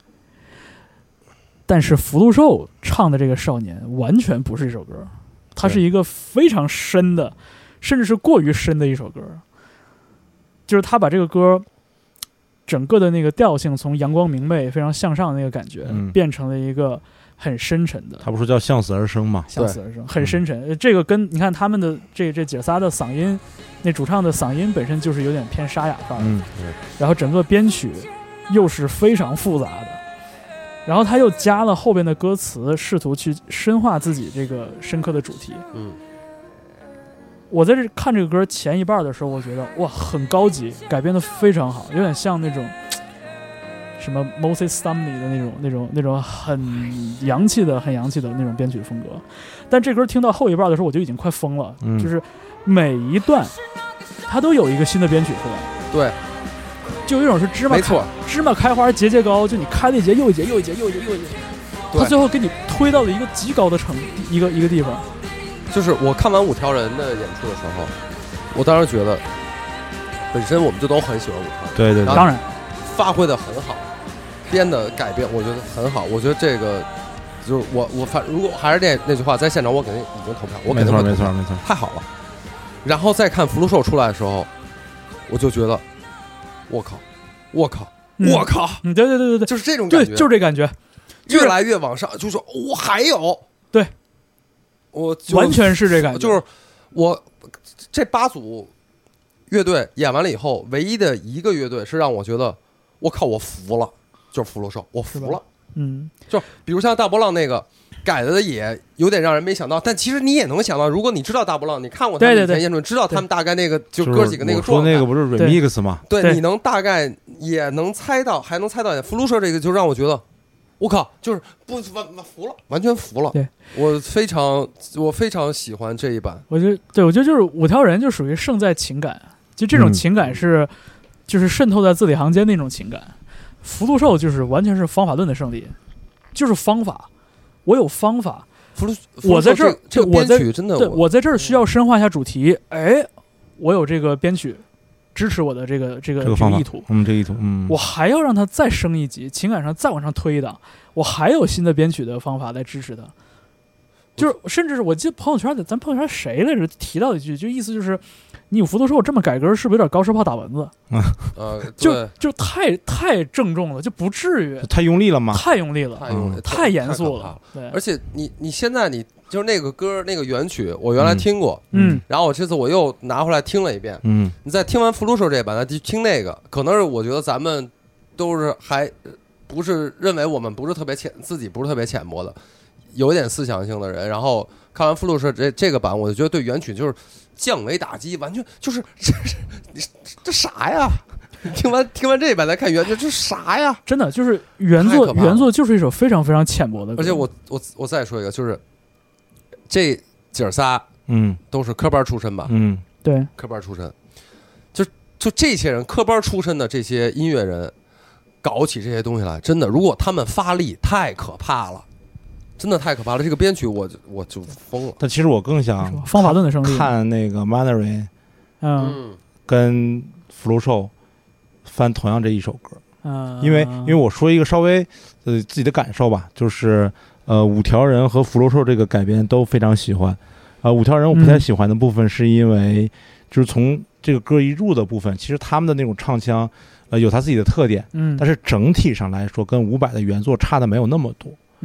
但是福禄寿唱的这个少年完全不是一首歌，它是一个非常深的，甚至是过于深的一首歌。就是他把这个歌整个的那个调性从阳光明媚非常向上的那个感觉，变成了一个很深沉的。 他不是叫向死而生吗？ 向死而生，很深沉。这个跟你看他们的这姐仨的嗓音，那主唱的嗓音本身就是有点偏沙哑范儿，然后整个编曲又是非常复杂的，然后他又加了后边的歌词，试图去深化自己这个深刻的主题。我在这看这个歌前一半的时候，我觉得哇，很高级，改编的非常好，有点像那种什么 Moses Sumney 的那种很洋气的那种编曲风格。但这歌听到后一半的时候，我就已经快疯了，就是每一段它都有一个新的编曲出来。 对， 就有一种是芝麻开花节节高，就你开了一节又一节，它最后给你推到了一个极高的一个地方。 就是我看完五条人的演出的时候，我当时觉得，本身我们就都很喜欢五条人， 对， 当然发挥的很好，编的改编我觉得很好。我觉得这个就是如果还是那句话，在现场我肯定已经投票，我肯定会投票， 没错， 太好了。然后再看福禄寿出来的时候，我就觉得，我靠， 对， 就是这种感觉， 对，就是这感觉， 越来越往上，就是我还有对。 我完全是这感觉， 就是我这8组乐队演完了以后，唯一的一个乐队是让我觉得我靠，我服了，就是福禄寿，我服了。就比如像大波浪那个改的也有点让人没想到，但其实你也能想到，如果你知道大波浪，你看过他们以前演出，知道他们大概那个就哥几个那个状态， 那个不是 remix 吗？ 对，你能大概也能猜到，还能猜到福禄寿这个就让我觉得。我靠，就是不服了，完全服了。 对， 我非常喜欢这一版。 我觉得就是五条人就属于胜在情感，就这种情感是，就是渗透在字里行间那种情感。福禄寿就是完全是方法论的胜利，就是方法，我有方法。我在这儿， 这个编曲真的， 对，我在这儿需要深化一下主题。哎，我有这个编曲。支持我的这个意图， 这意图， 我还要让它再升一级，情感上再往上推一档，我还有新的编曲的方法来支持它。就是甚至是我记得咱朋友圈谁来着提到一句，就意思就是你有福禄寿这么改歌是不是有点高射炮打蚊子？就太郑重了，就不至于太用力了吗？ 太用力了，太严肃了。对， 而且你现在就是那个歌那个原曲，我原来听过，然后我这次我又拿回来听了一遍，你再听完福禄寿这版，再听那个，可能是我觉得咱们都是还不是认为我们不是特别自己不是特别浅薄的。有一点思想性的人，然后看完福禄寿这个版，我就觉得对原曲就是降维打击，完全就是这啥呀？听完这版再看原曲，这啥呀？ 真的就是原作就是一首非常非常浅薄的歌。 而且我再说一个，就是这姐仨，都是科班出身吧？ 对， 科班出身，就这些人科班出身的这些音乐人，搞起这些东西来，真的，如果他们发力，太可怕了。真的太可怕了，这个编曲我就疯了。 但其实我更想方法论的胜利， 看那个 Mandarin， 跟福禄寿翻同样这一首歌，因为我说一个稍微自己的感受吧，就是五条人和福禄寿这个改编都非常喜欢，五条人我不太喜欢的部分是因为就是从这个歌一入的部分，其实他们的那种唱腔有他自己的特点，但是整体上来说跟伍佰的原作差的没有那么多。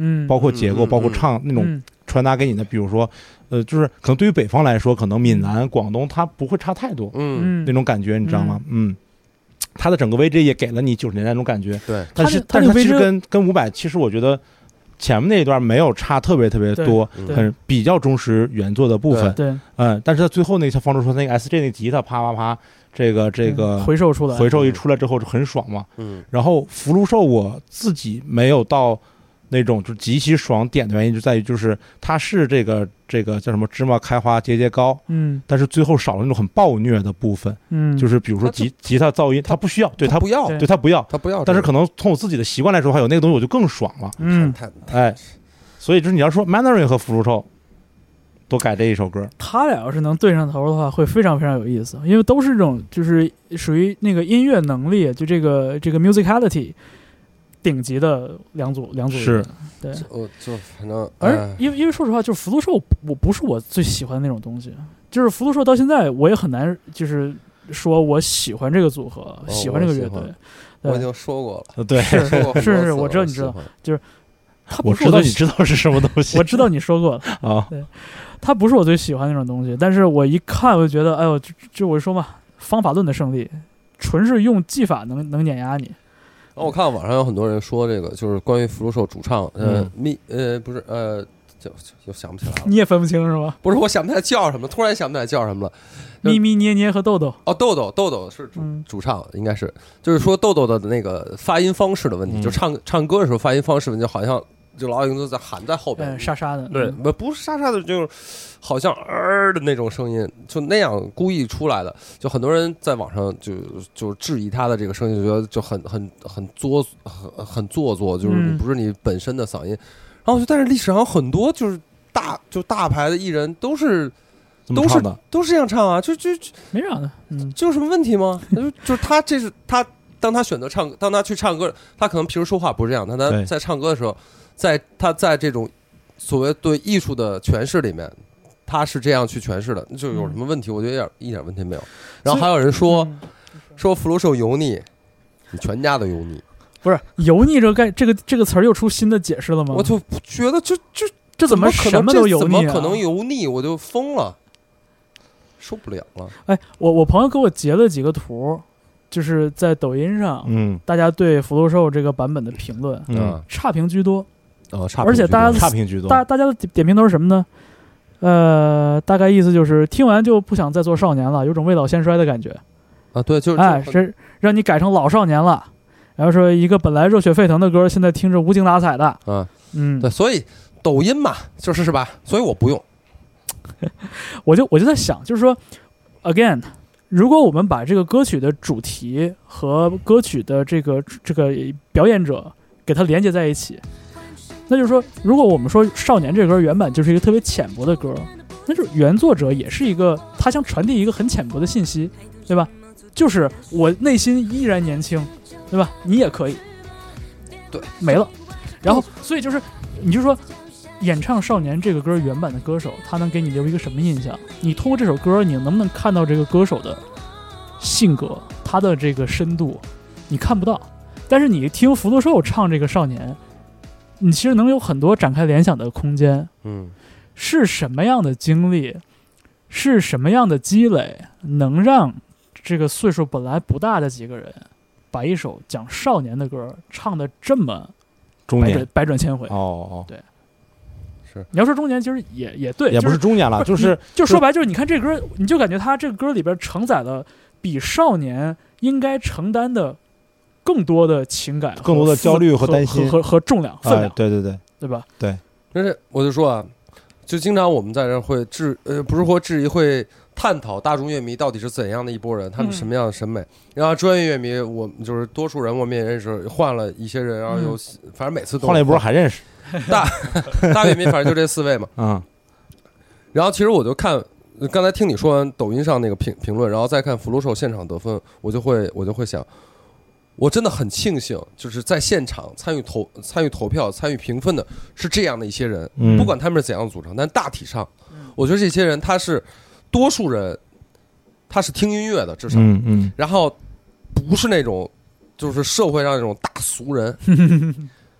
包括结构，包括唱那种传达给你的，比如说就是可能对于北方来说，可能闽南、广东它不会差太多，那种感觉你知道吗？它的整个 VJ 也给了你90年代那种感觉， 对， 但是它其实跟伍佰其实我觉得前面那一段没有差特别特别多，很比较忠实原作的部分， 对， 但是他最后那个像方舟说那个 SJ 那吉他啪啪啪，这个回收出来， 回收一出来之后就很爽嘛，然后福禄寿我自己没有到那种就极其爽点的原因就在于就是它是这个叫什么芝麻开花节节高，但是最后少了那种很暴虐的部分，就是比如说吉他噪音，它不需要，对它不要，对它不要，但是可能从我自己的习惯来说，还有那个东西我就更爽了，所以就是你要说 Mandarin 和福禄寿都改这一首歌， 他俩要是能对上头的话，会非常非常有意思，因为都是这种就是属于那个音乐能力，就这个 musicality。顶级的两组是， 对， 就反正， 因为说实话，就是福禄寿，我不是我最喜欢的那种东西，就是福禄寿到现在我也很难，就是说我喜欢这个组合，喜欢这个乐队。 我已经说过了， 对， 是，我知道你知道，就是他不是我知道你知道是什么东西， 我知道你说过了啊，对，他不是我最喜欢的那种东西，但是我一看我就觉得，哎呦，就我就说嘛，方法论的胜利，纯是用技法能碾压你。 然后我看网上有很多人说这个，就是关于福禄寿主唱，不是又想不起来了。 你也分不清是吧？ 不是，我想不起来叫什么，突然想不起来叫什么了。 咪咪捏捏和豆豆。 哦，豆豆是主唱，应该是，就是说豆豆的那个发音方式的问题，就唱歌的时候发音方式问题，就好像就老有人在喊在后边， 沙沙的。 对，不是沙沙的，就是好像的那种声音，就那样故意出来的。就很多人在网上就质疑他的这个声音，就觉得就很做作，就是不是你本身的嗓音。然后但是历史上很多就是大牌的艺人都是这样唱啊，就没啥的， 这有什么问题吗？就是他当他选择当他去唱歌，他可能平时说话不是这样，但他在唱歌的时候，他在这种所谓对艺术的诠释里面，他是这样去诠释的，就有什么问题？我觉得一点问题没有。然后还有人说福禄寿油腻，你全家都油腻。 不是油腻这个词儿又出新的解释了吗？ 我就觉得这怎么什么都油腻啊？ 怎么可能油腻？我就疯了，受不了了。 哎，我朋友给我截了几个图，就是在抖音上，大家对福禄寿这个版本的评论，差评居多，而且大家差评居多， 大家的点评都是什么呢？大概意思就是听完就不想再做少年了，有种未老先衰的感觉啊。对，就是让你改成老少年了。然后说一个本来热血沸腾的歌，现在听着无精打采的。 对，所以抖音嘛，是吧？所以我不用。 我就在想，就是说 ，again， 如果我们把这个歌曲的主题和歌曲的这个表演者给它连接在一起，那就是说，如果我们说《少年》这歌原版就是一个特别浅薄的歌，那就是原作者也是一个他想传递一个很浅薄的信息，对吧？就是我内心依然年轻。对吧？你也可以， 对， 没了。然后，所以就是你就说演唱《少年》这个歌原版的歌手，他能给你留一个什么印象？你通过这首歌，你能不能看到这个歌手的性格，他的这个深度？你看不到。但是你听福禄寿唱这个《少年》，你其实能有很多展开联想的空间。是什么样的经历，是什么样的积累，能让这个岁数本来不大的几个人，把一首讲少年的歌唱得这么百转千回？对， 是。 你要说中年，其实也对， 也不是中年了，就说白，就是你看这歌，你就感觉他这个歌里边承载了比少年应该承担的更多的情感， 更多的焦虑和担心和重量分量。 对吧？ 对。 但是我就说啊，就经常我们在这会不是说质疑，会探讨大众乐迷到底是怎样的一波人，他们什么样的审美。然后专业乐迷，我就是多数人我们也认识，换了一些人，然后又反正每次都换了一波还认识。 大乐迷反正就这4位嘛。然后其实我就看，刚才听你说完抖音上那个评论，然后再看福禄寿现场得分，我就会想，我真的很庆幸，就是在现场参与投票、参与评分的是这样的一些人，不管他们是怎样组成，但大体上，我觉得这些人他是多数人，他是听音乐的，至少，然后不是那种就是社会上那种大俗人，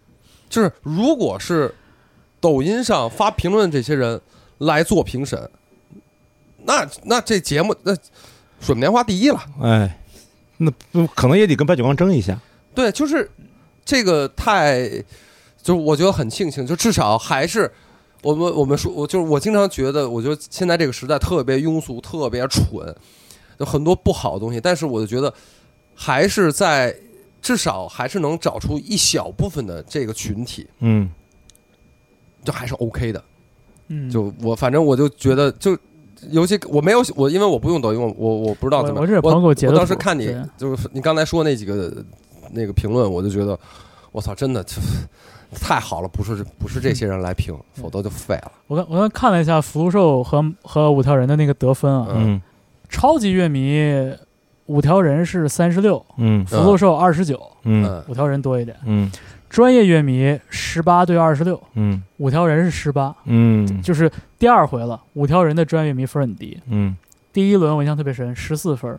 就是如果是抖音上发评论这些人来做评审，那这节目那水木年华第一了。 哎，那可能也得跟白举纲争一下。 对，就是这个就是我觉得很庆幸，就至少还是我们说，我经常觉得，我觉得现在这个时代特别庸俗，特别蠢，有很多不好的东西，但是我就觉得还是至少还是能找出一小部分的这个群体，就还是 OK 的。就反正我就觉得，就尤其我没有因为我不用抖音，我不知道怎么。我当时看你就是你刚才说那几个那个评论，我就觉得我操，真的太好了，不是这些人来评，否则就废了。 我刚看了一下福禄寿和五条人的那个得分啊，超级乐迷五条人是36，福禄寿29，五条人多一点，专业乐迷18对26，五条人是18，就是第二回了，五条人的专业乐迷分很低，第一轮我印象特别深，14分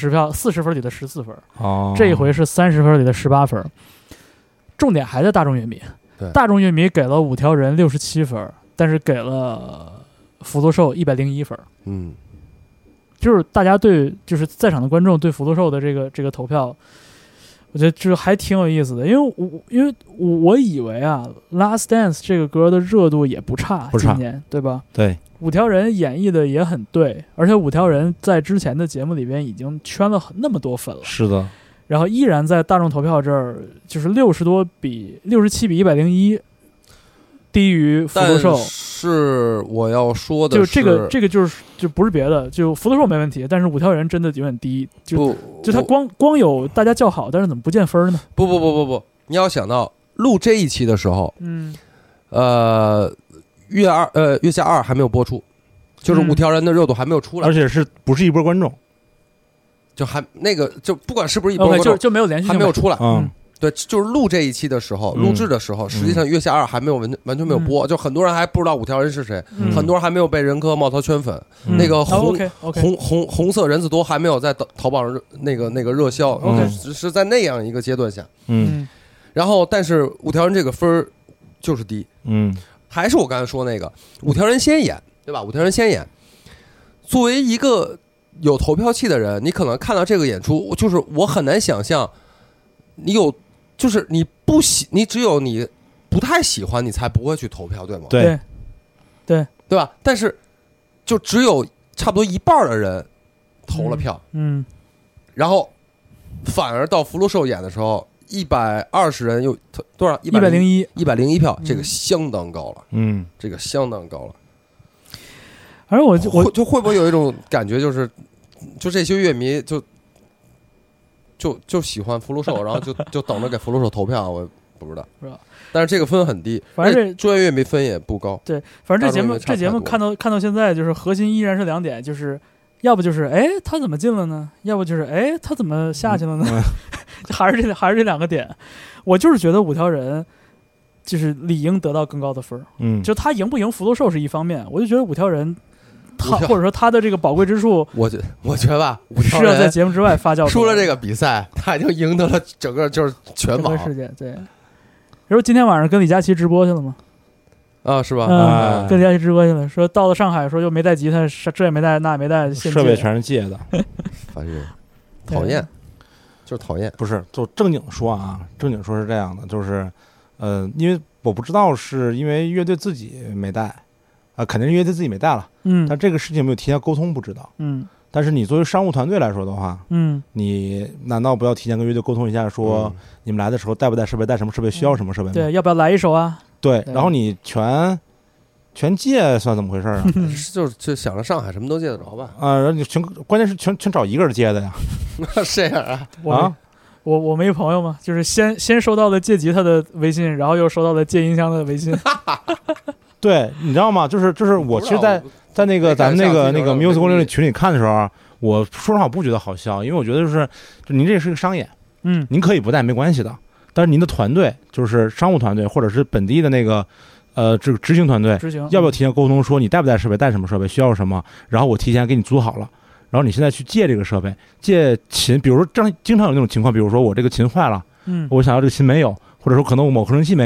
，40分里的14分，这一回是30分里的18分，重点还在大众乐迷，大众乐迷给了五条人67分，但是给了福禄寿101分，就是大家就是在场的观众对福禄寿的这个投票。我觉得这还挺有意思的，因为我以为啊，《Last Dance》这个歌的热度也不差，今年对吧？ 对， 五条人演绎的也很对，而且五条人在之前的节目里边已经圈了那么多粉了， 是的。 然后依然在大众投票这儿就是67比101，低于福禄寿。 是我要说的是， 这个就不是别的，就福禄寿没问题，但是五条人真的有点低，就他光有大家叫好，但是怎么不见分呢？ 不，你要想到录这一期的时候，月下2还没有播出，就是五条人的热度还没有出来， 而且不是一波观众， 就还那个就不管是不是一波观众， 就没有连续性， 还没有出来，对，就是录这一期的时候，录制的时候，实际上月下2还没有完全没有播，就很多人还不知道五条人是谁，很多人还没有被任科茂涛圈粉，那个红色人字拖还没有在淘宝上那个热销，是在那样一个阶段下，然后但是五条人这个分就是低，还是我刚才说那个五条人先演，对吧？五条人先演，作为一个有投票器的人，你可能看到这个演出，就是我很难想象就是你只有你不太喜欢，你才不会去投票，对吗？ 对吧？但是就只有差不多一半的人投了票，然后反而到福禄寿演的时候，120人又多少？101票，这个相当高了，这个相当高了。 而我就会不会有一种感觉，就这些乐迷就喜欢福禄寿，然后就等着给福禄寿投票，我不知道。但是这个分很低， 反正专业乐迷分也不高。对， 反正这节目看到现在，就是核心依然是2点，就是要不就是他怎么进了呢？要不就是他怎么下去了呢？还是这2个点。我就是觉得五条人就是理应得到更高的分，就他赢不赢福禄寿是一方面，我就觉得五条人。或者说他的这个宝贵之处， 我觉得吧， 是要在节目之外发酵。 输了这个比赛，他已经赢得了整个就是全网世界。对，然后今天晚上跟李佳琦直播去了吗？ 是吧？ 跟李佳琦直播去了，说到了上海，说又没带吉他，这也没带，那也没带， 设备全是借的， 反正讨厌，就是讨厌。 不是，就正经说是这样的，就是因为我不知道是因为乐队自己没带。肯定是乐队自己没带了，但这个事情有没有提前沟通不知道，但是你作为商务团队来说的话，你难道不要提前跟乐队沟通一下，说你们来的时候带不带设备，带什么设备，需要什么设备吗？ 对，要不要来一首啊？ 对，然后你全借算怎么回事啊？ 就想着上海什么都借得着吧？ 然后你关键是全找一个人借的呀？ 这样啊？ 我没朋友嘛，就是先收到了借吉他的微信，然后又收到了借音箱的微信。 对，你知道吗？就是我其实在那个咱们那个 Music 公群里看的时候，我说实话不觉得好笑，因为我觉得就您这是个商演，您可以不带没关系的，但是您的团队就是商务团队或者是本地的那个这个执行团队，要不要提前沟通说你带不带设备，带什么设备，需要什么，然后我提前给你租好了，然后你现在去借这个设备，借琴，比如说经常有那种情况，比如说我这个琴坏了，我想要这个琴没有，或者说可能我某合成器没有。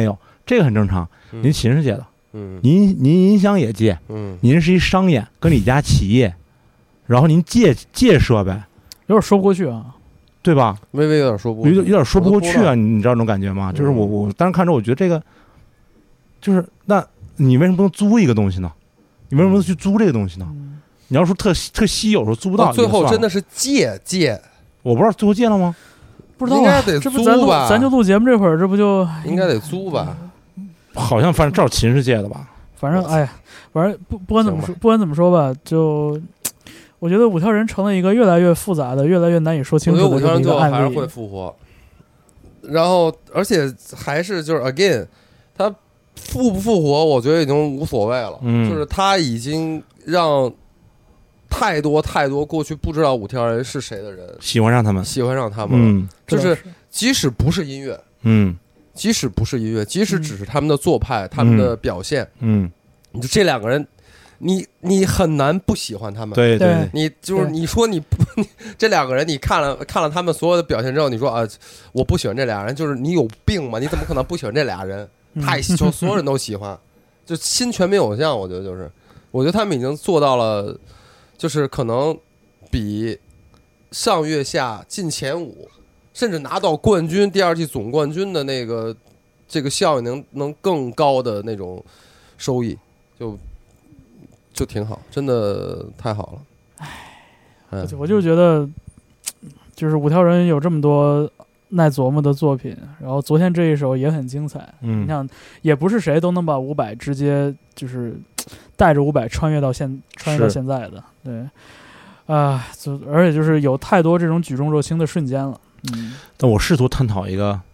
这个很正常。您琴是借的，您音箱也借，您是一商演，跟你家企业，然后您借设备， 有点说不过去啊， 对吧？ 微微有点说不过去， 有点说不过去啊，你知道这种感觉吗？就是我当时看着，我觉得这个就是，那你为什么不能租一个东西呢？你为什么去租这个东西呢？你要说特稀有时候租不到， 最后真的是借， 我不知道最后借了吗？ 不知道， 应该得租吧？ 咱就录节目这会儿，这不就应该得租吧？ 好像反正至少琴是借的吧？ 反正哎呀，反正不管怎么说吧，就我觉得五条人成了一个越来越复杂的、越来越难以说清楚的五条人最后还是会复活，然后而且还是就是 again， 他复不复活，我觉得已经无所谓了。就是他已经让太多过去不知道五条人是谁的人喜欢上他们了。就是即使不是音乐，即使不是音乐，即使只是他们的做派，他们的表现，你就这两个人，你很难不喜欢他们。 对， 你就是你说你这两个人，你看了他们所有的表现之后，你说啊，我不喜欢这俩人，就是你有病吗？你怎么可能不喜欢这俩人？太就所有人都喜欢，就新全民偶像，我觉得他们已经做到了。就是可能比上月下进前5，甚至拿到冠军第2季总冠军的这个效益能更高的那种收益，就挺好，真的太好了。 我就觉得，就是五条人有这么多耐琢磨的作品，然后昨天这一首也很精彩。你想，也不是谁都能把伍佰直接就是带着伍佰穿越到现在的。对，而且就是有太多这种举重若轻的瞬间了。 但我试图探讨一个，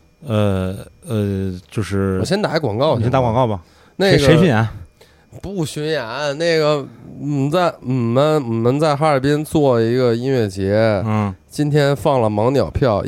就是我先打一广告， 你先打广告吧。 那个谁巡演？ 不巡演，那个我们在哈尔滨做一个音乐节，今天放了盲鸟票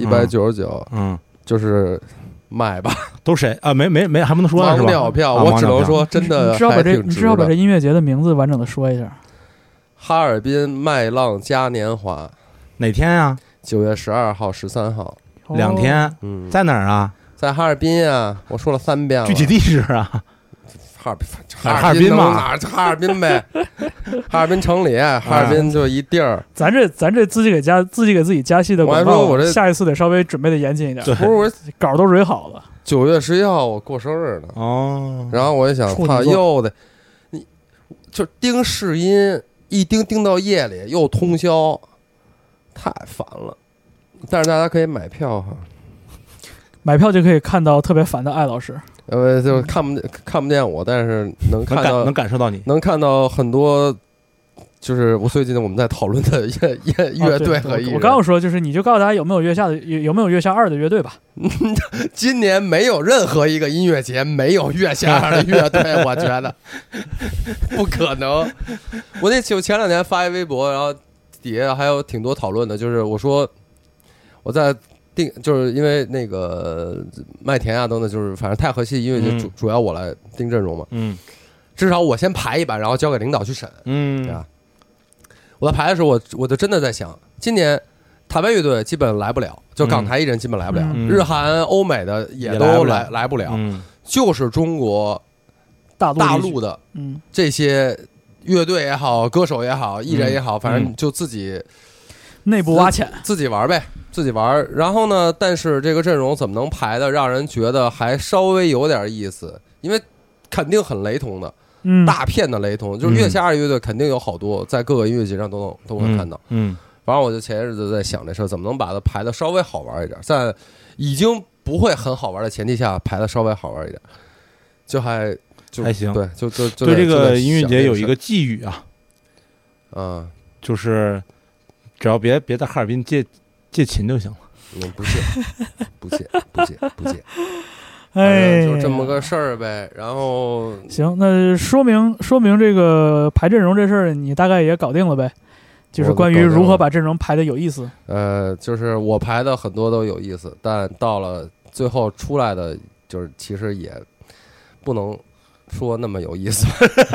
199，就是买吧。 都谁啊？没，还不能说盲鸟票，我只能说真的还挺值的。 你只要把这音乐节的名字完整的说一下。 哈尔滨麦浪嘉年华， 哪天啊 ？9月12号、13号 ，2天。在哪儿啊？ 在哈尔滨啊！我说了3遍了。 具体地址啊？ 哈尔滨嘛，哪哈尔滨呗？哈尔滨城里，哈尔滨就一地儿。 咱这自己给自己加戏的广告，我这下一次得稍微准备的严谨一点。 不是我稿都蕊好了。 9月11号我过生日呢。 哦。 然后我一想，操，又得你就盯试音。一盯到夜里又通宵，太烦了。但是大家可以买票哈， 买票就可以看到特别烦的艾老师。 就看不见我，但是能看到， 能感受到你， 能看到很多。就是我最近我们在讨论的乐队和艺人。 我刚刚说，就是你就告诉大家有没有月下2的乐队吧。 今年没有任何一个音乐节没有月下2的乐队，我觉得不可能。我前2天发一微博，然后底下还有挺多讨论的，就是我说我在就是因为那个麦田啊等等，就是反正太和系音乐节主要我来定阵容嘛。至少我先排一版，然后交给领导去审。对吧？我在排的时候，我就真的在想，今年台湾乐队基本来不了，就港台艺人基本来不了，日韩欧美的也都来不了，就是中国大陆的这些乐队也好，歌手也好，艺人也好，反正就自己内部挖潜， 自己玩呗，自己玩。然后呢，但是这个阵容怎么能排的让人觉得还稍微有点意思？因为肯定很雷同的。大片的雷同，就是月下2乐队肯定有好多在各个音乐节上都能看到。反正我就前些日子在想这事儿，怎么能把它排的稍微好玩一点，在已经不会很好玩的前提下排的稍微好玩一点，就还行。 对，就对这个音乐节有一个寄语啊， 就是只要别在哈尔滨借琴就行了。 不借。就这么个事儿呗。然后行，那说明这个排阵容这事儿，你大概也搞定了呗。就是关于如何把阵容排的有意思。 就是我排的很多都有意思，但到了最后出来的，就是其实也不能说那么有意思。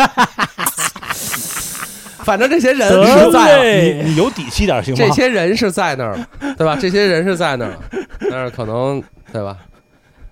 反正这些人是在， 你有底气点行吗？ 这些人是在那儿，对吧？这些人是在那儿，但是可能对吧？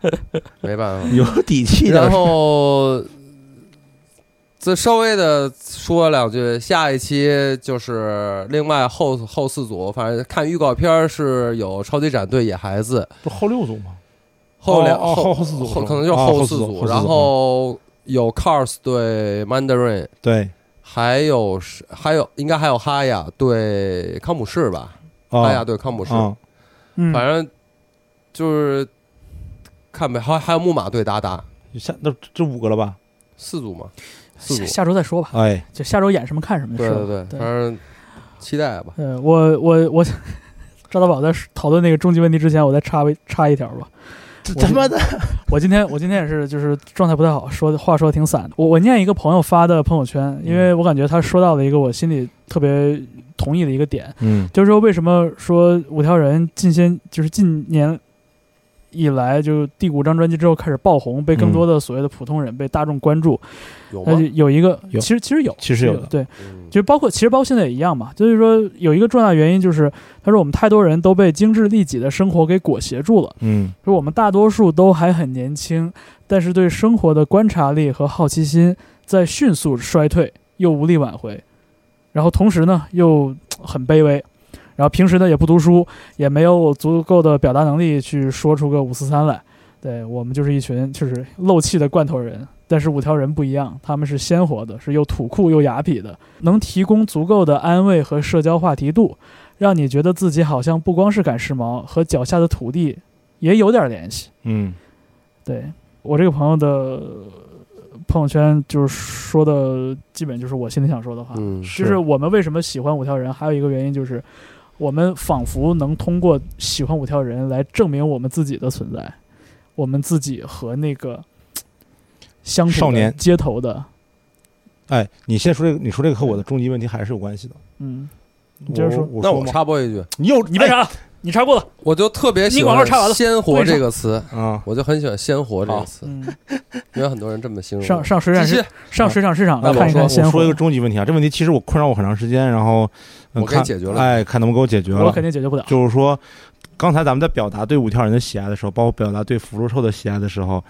没办法， 有底气的。 然后再稍微的说两句，下一期就是另外后4组，反正看预告片是有超级战队野孩子， 不后6组吗？ 后 4组， 可能就是后4组，然后有 Cars 对 Mandarin， 对， 还有应该还有哈亚对康姆士吧，哈亚对康姆士，反正就是看呗，还有木马对达达， 那这5个了吧 ？4组嘛。 下周再说吧， 哎， 就下周演什么看什么。 对，反正期待吧。 我赵大宝在讨论那个终极问题之前，我再插一条吧。 他妈的！ 我今天也是，就是状态不太好，话说的挺散的。我念一个朋友发的朋友圈，因为我感觉他说到了一个我心里特别同意的一个点，就是说为什么说五条人近年以来，就第5张专辑之后开始爆红，被更多的所谓的普通人被大众关注。有一个，其实有的，对，其实包括现在也一样嘛。就是说有一个重要原因就是，他说我们太多人都被精致利己的生活给裹挟住了。说我们大多数都还很年轻，但是对生活的观察力和好奇心在迅速衰退，又无力挽回。然后同时呢，又很卑微。然后平时呢也不读书，也没有足够的表达能力去说出个543来。对，我们就是一群就是漏气的罐头人。但是五条人不一样，他们是鲜活的，是又土酷又雅痞的，能提供足够的安慰和社交话题度，让你觉得自己好像不光是赶时髦，和脚下的土地也有点联系。对，我这个朋友的朋友圈就是说的基本就是我心里想说的话。就是我们为什么喜欢五条人，还有一个原因就是我们仿佛能通过喜欢五条人来证明我们自己的存在，我们自己和那个乡土的街头的。 哎，你先说这个，你说这个和我的终极问题还是有关系的。 你接着说。 那我插播一句， 你为啥？你插过了。 我就特别喜欢鲜活这个词啊，我就很喜欢鲜活这个词，因为很多人这么形容。 上水产市场看一看鲜活。 我说一个终极问题啊，这问题其实我困扰我很长时间，然后我给你解决了。 哎，看能不能给我解决了。 我肯定解决不了。 就是说，刚才咱们在表达对五条人的喜爱的时候，包括表达对福禄寿的喜爱的时候，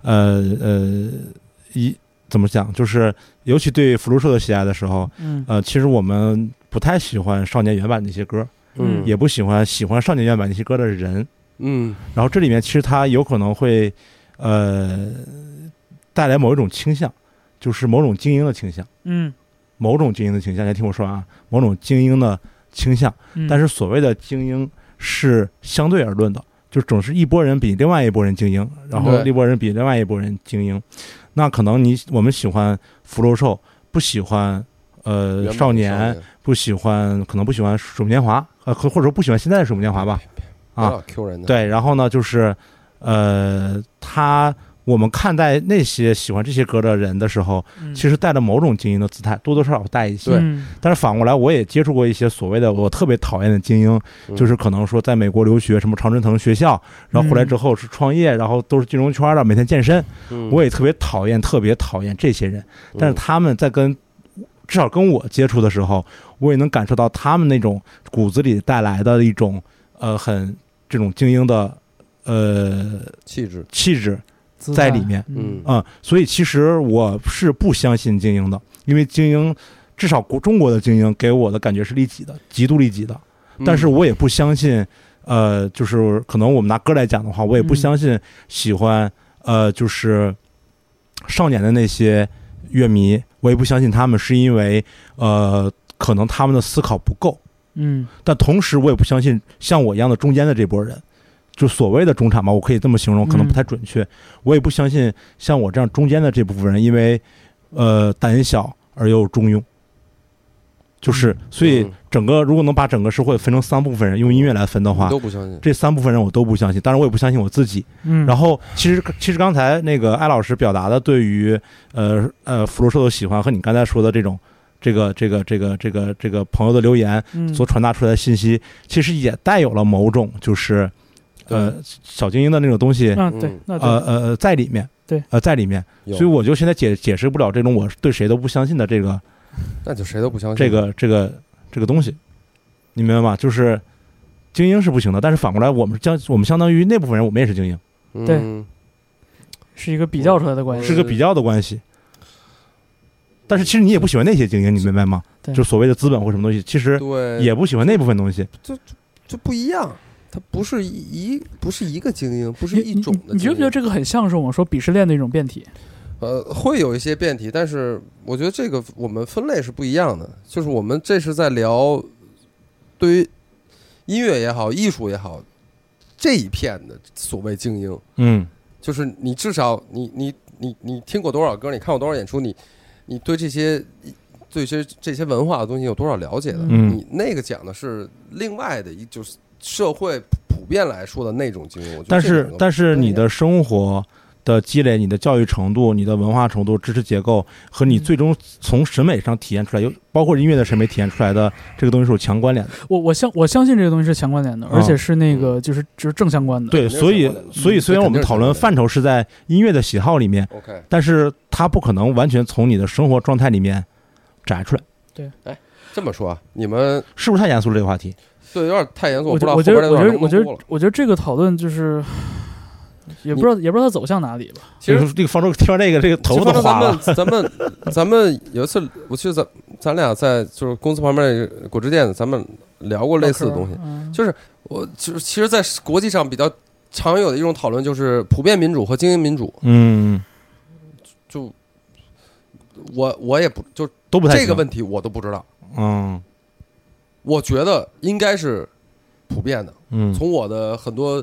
怎么讲？就是尤其对福禄寿的喜爱的时候，其实我们不太喜欢少年原版那些歌。也不喜欢少年原版那些歌的人，然后这里面其实他有可能会，带来某一种倾向，就是某种精英的倾向，某种精英的倾向，你听我说啊，某种精英的倾向，但是所谓的精英是相对而论的，就总是一拨人比另外一拨人精英，然后一拨人比另外一拨人精英，那可能我们喜欢福禄寿，不喜欢少年，可能不喜欢水木年华，或者说不喜欢现在的水木年华吧，对，然后呢，就是我们看待那些喜欢这些歌的人的时候，其实带着某种精英的姿态，多多少少带一些。但是反过来，我也接触过一些所谓的我特别讨厌的精英，就是可能说在美国留学，什么常春藤学校，然后回来之后是创业，然后都是金融圈的，每天健身，我也特别讨厌这些人。但是他们在至少跟我接触的时候，我也能感受到他们那种骨子里带来的一种很这种精英的气质在里面。所以其实我是不相信精英的，因为精英至少中国的精英给我的感觉是利己的，极度利己的。但是我也不相信就是可能我们拿歌来讲的话，我也不相信喜欢就是少年的那些乐迷，我也不相信他们是因为可能他们的思考不够，但同时我也不相信像我一样的中间的这波人，就所谓的中产吧，我可以这么形容，可能不太准确。我也不相信像我这样中间的这部分人，因为胆小而又中庸，就是所以如果能把整个社会分成3部分人，用音乐来分的话， 都不相信这3部分人我都不相信，当然我也不相信我自己。然后其实刚才那个艾老师表达的对于福禄寿的喜欢和你刚才说的这种这个朋友的留言所传达出来的信息，其实也带有了某种就是小精英的那种东西在里面，在里面，所以我就现在解释不了这种我对谁都不相信的这个， 那就谁都不相信这个东西，你明白吗？就是精英是不行的，但是反过来我们相当于那部分人，我们也是精英， 是一个比较出来的关系， 是个比较的关系。但是其实你也不喜欢那些精英，你明白吗？就所谓的资本或什么东西，其实也不喜欢那部分东西。 就不一样，它不是一个精英，不是一种的。 你觉不觉得这个很像是我们说鄙视链的一种变体？ 会有一些变体，但是我觉得这个我们分类是不一样的。就是我们这是在聊对于音乐也好、艺术也好这一片的所谓精英。就是你至少你听过多少歌，你看过多少演出，你对这些文化的东西有多少了解的？你那个讲的是另外的就是社会普遍来说的那种精英。 但是你的生活的积累、你的教育程度、你的文化程度、知识结构和你最终从审美上体现出来，包括音乐的审美体现出来的这个东西是有强关联的。 我相信这个东西是强关联的，而且是那个就是正相关的。 对，所以虽然我们讨论范畴是在音乐的喜好里面，但是它不可能完全从你的生活状态里面摘出来。 对， 哎，这么说啊，你们是不是太严肃了这个话题？ 对，有点太严肃。我觉得这个讨论就是。也不知道它走向哪里吧。 其实这个方舟听完这个头发都花了。 咱们有一次，我记得咱俩在就是公司旁边那个果汁店，咱们聊过类似的东西。就是其实，在国际上比较常有的一种讨论就是普遍民主和精英民主。就我也不就都不太这个问题我都不知道。我觉得应该是普遍的。从我的很多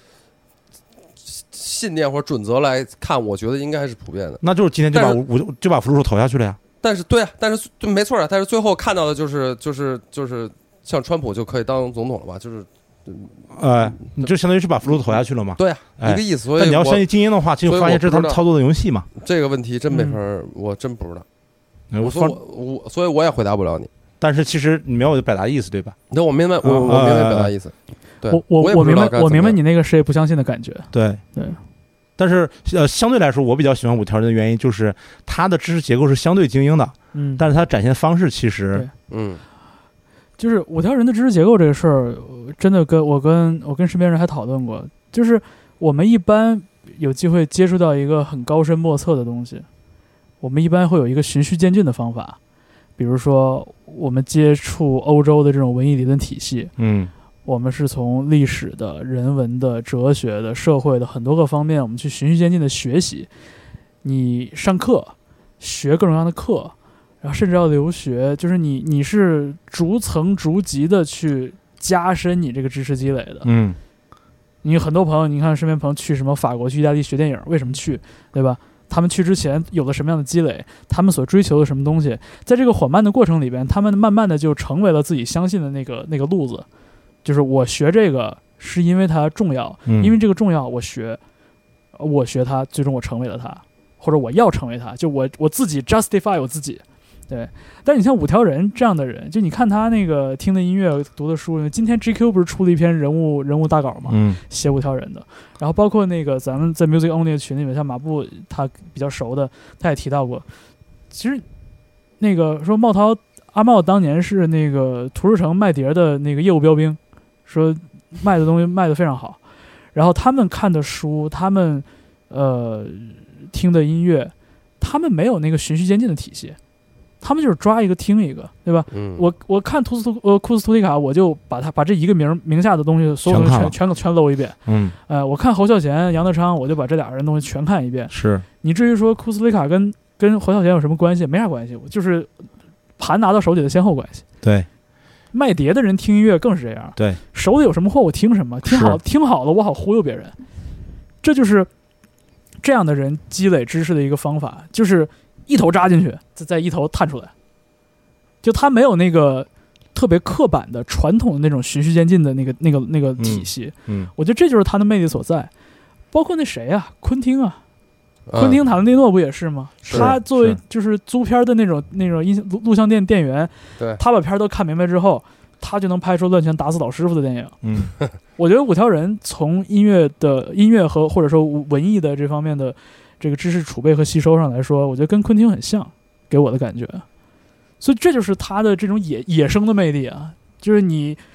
信念或者准则来看，我觉得应该是普遍的。 那就是今天就把福禄寿投下去了呀。 但是对啊，但是没错啊。但是最后看到的就是像川普就可以当总统了吧？就是你就相当于是把福禄寿投下去了嘛？ 对啊，一个意思。所以但你要相信精英的话，就发现这是他们操作的游戏嘛。 这个问题真没法，我真不知道。所以我也回答不了你。 但是其实你明白我的表达意思对吧？ 对，我明白，我明白表达意思。 我明白你那个谁也不相信的感觉。 对，但是相对来说，我比较喜欢五条人的原因就是他的知识结构是相对精英的，但是他展现方式其实， 就是五条人的知识结构这个事儿，真的我跟身边人还讨论过，就是我们一般有机会接触到一个很高深莫测的东西，我们一般会有一个循序渐进的方法，比如说我们接触欧洲的这种文艺理论体系，我们是从历史的、人文的、哲学的、社会的很多个方面，我们去循序渐进的学习。你上课学各种各样的课，然后甚至要留学，就是你是逐层逐级的去加深你这个知识积累的。你很多朋友，你看身边朋友去什么法国、去意大利学电影，为什么去？对吧？他们去之前有了什么样的积累？他们所追求的什么东西？在这个缓慢的过程里边，他们慢慢的就成为了自己相信的那个路子。就是我学这个是因为它重要，因为这个重要我学它，最终我成为了它，或者我要成为它，就我自己 justify 我自己。对，但是你像五条人这样的人，就你看他那个听的音乐、读的书，今天 GQ 不是出了一篇人物大稿吗？写五条人的，然后包括那个咱们在 Music Only 的群里面，像马布他比较熟的，他也提到过，其实那个说阿茂当年是那个图书城卖碟的那个业务标兵。说卖的东西卖得非常好，然后他们看的书，他们听的音乐，他们没有那个循序渐进的体系，他们就是抓一个听一个，对吧？我看库斯图里卡，我就把这一个名下的东西所有东西全搂一遍。我看侯孝贤、杨德昌，我就把这俩人东西全看一遍。 是你至于说库斯图里卡跟侯孝贤有什么关系？没啥关系，就是盘拿到手里的先后关系。 对。 卖碟的人听音乐更是这样， 对， 手里有什么货我听什么，听好了我好忽悠别人，这就是这样的人积累知识的一个方法，就是一头扎进去，再一头探出来，就他没有那个特别刻板的传统的那种循序渐进的那个体系，我觉得这就是他的魅力所在。包括那谁啊，昆汀啊，昆汀塔伦蒂诺不也是吗？他作为就是租片的那种录像店店员，他把片都看明白之后，他就能拍出乱拳打死老师傅的电影。我觉得五条人从音乐和或者说文艺的这方面的这个知识储备和吸收上来说，我觉得跟昆汀很像，给我的感觉。所以这就是他的这种野生的魅力啊，就是你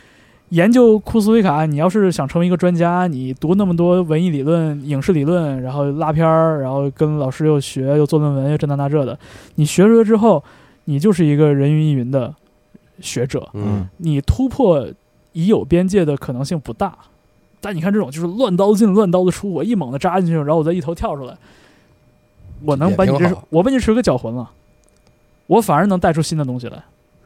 研究库斯维卡，你要是想成为一个专家，你读那么多文艺理论、影视理论，然后拉片儿，然后跟老师又学，又做论文，又这那这的，你学出来之后，你就是一个人云亦云的学者。你突破已有边界的可能性不大。但你看这种就是乱刀进乱刀子出，我一猛的扎进去，然后我再一头跳出来，我能把你我把你吃个搅浑了，我反而能带出新的东西来。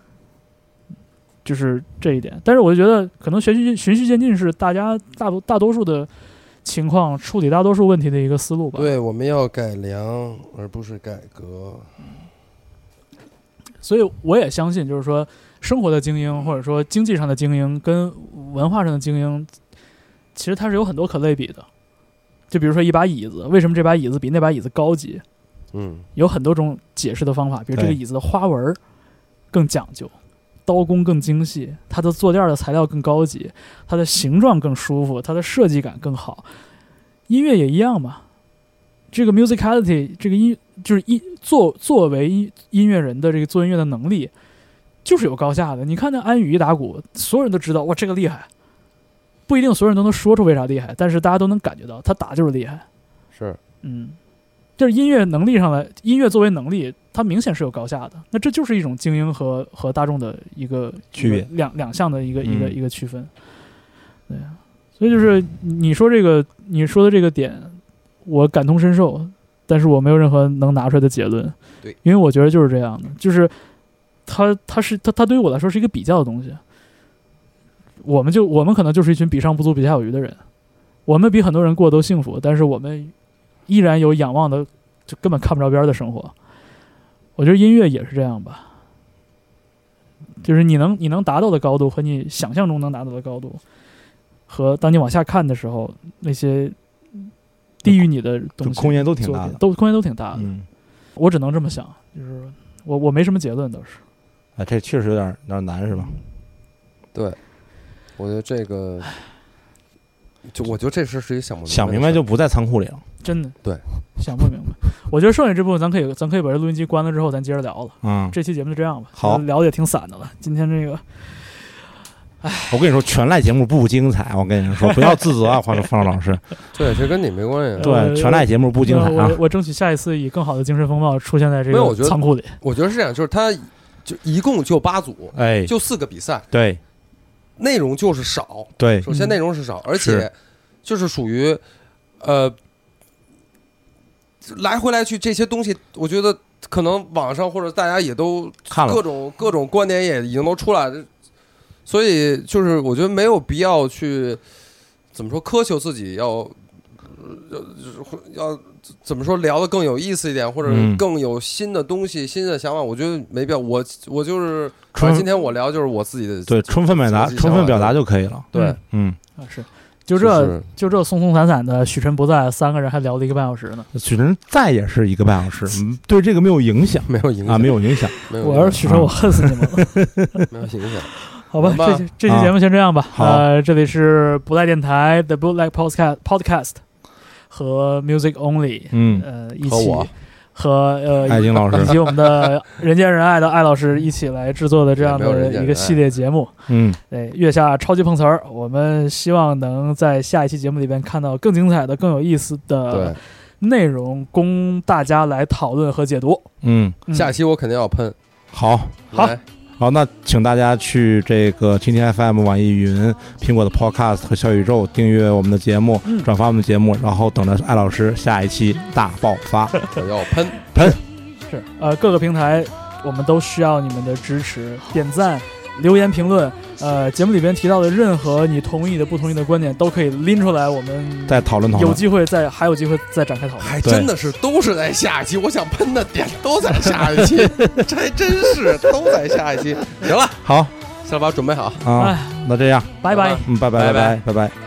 就是这一点，但是我就觉得可能循序渐进是大家大多数的情况处理大多数问题的一个思路吧。 对，我们要改良而不是改革。 所以我也相信，就是说生活的精英或者说经济上的精英跟文化上的精英，其实它是有很多可类比的。就比如说一把椅子，为什么这把椅子比那把椅子高级？有很多种解释的方法，比如这个椅子的花纹更讲究。刀工更精细，它的坐垫的材料更高级，它的形状更舒服，它的设计感更好。音乐也一样嘛，这个 musicality 这个就是作为音乐人的这个做音乐的能力就是有高下的。你看那安宇一打鼓，所有人都知道哇这个厉害，不一定所有人都能说出为啥厉害，但是大家都能感觉到他打就是厉害。 是， 就是音乐能力上来，音乐作为能力，它明显是有高下的。那这就是一种精英和大众的一个区别， 两项的一个区分。对，所以就是你说的这个点，我感同身受，但是我没有任何能拿出来的结论。 对， 因为我觉得就是这样的，就是它对于我来说是一个比较的东西。我们可能就是一群比上不足比下有余的人，我们比很多人过得都幸福，但是我们依然有仰望的就根本看不着边的生活。我觉得音乐也是这样吧，就是你能达到的高度和你想象中能达到的高度，和当你往下看的时候，那些低于你的东西， 空间都挺大的， 空间都挺大的。我只能这么想，就是我没什么结论倒是。 这确实有点难，是吧？ 对，我觉得这个。我觉得这事是一想不明白， 想明白就不在仓库里了， 真的。 对， 想不明白。我觉得剩下这部分咱可以把这录音机关了之后，咱接着聊了。这期节目就这样吧。 好， 聊的也挺散的了。今天这个， 我跟你说，全赖节目不精彩。我跟你说，不要自责啊，方少老师。 对，这跟你没关系。 对，全赖节目不精彩啊。 我争取下一次以更好的精神风貌出现在这个仓库里。 我觉得是这样，就是他就一共就8组，就4个比赛。 对。 内容就是少， 对， 首先内容是少，而且就是属于来回来去这些东西，我觉得可能网上或者大家也都看了， 各种观点也已经都出来了，所以就是我觉得没有必要去怎么说苛求自己要怎么说聊得更有意思一点，或者更有新的东西、新的想法，我觉得没必要。我就是今天我聊就是我自己的， 对，充分表达就可以了。 对， 是。就这松松散散的，许晨不在，3个人还聊了1个半小时呢。 许晨在也是1个半小时，对这个没有影响， 没有影响。 我要是许晨，我恨死你们了。 没有影响。 好吧，这期节目先这样吧。这里是不赖电台的 Bootleg Podcast 和 Music Only， 一起和艾金老师以及我们的人见人爱的艾老师一起来制作的这样的一个系列节目。对，月下超级碰瓷儿，我们希望能在下一期节目里边看到更精彩的、更有意思的内容，供大家来讨论和解读。 下期我肯定要喷。 好，那请大家去这个蜻蜓 FM、网易云、苹果的 Podcast 和小宇宙订阅我们的节目，转发我们的节目，然后等着艾老师下一期大爆发。 我要喷是各个平台我们都需要你们的支持，点赞、留言、评论。节目里边提到的任何你同意的、不同意的观点都可以拎出来，我们再讨论讨论。 有机会还有机会再展开讨论。 还真的是都是在下一期，我想喷的点都在下一期，这还真是都在下一期。行了， 好， 小宝准备好啊，那这样， 拜拜， 拜拜。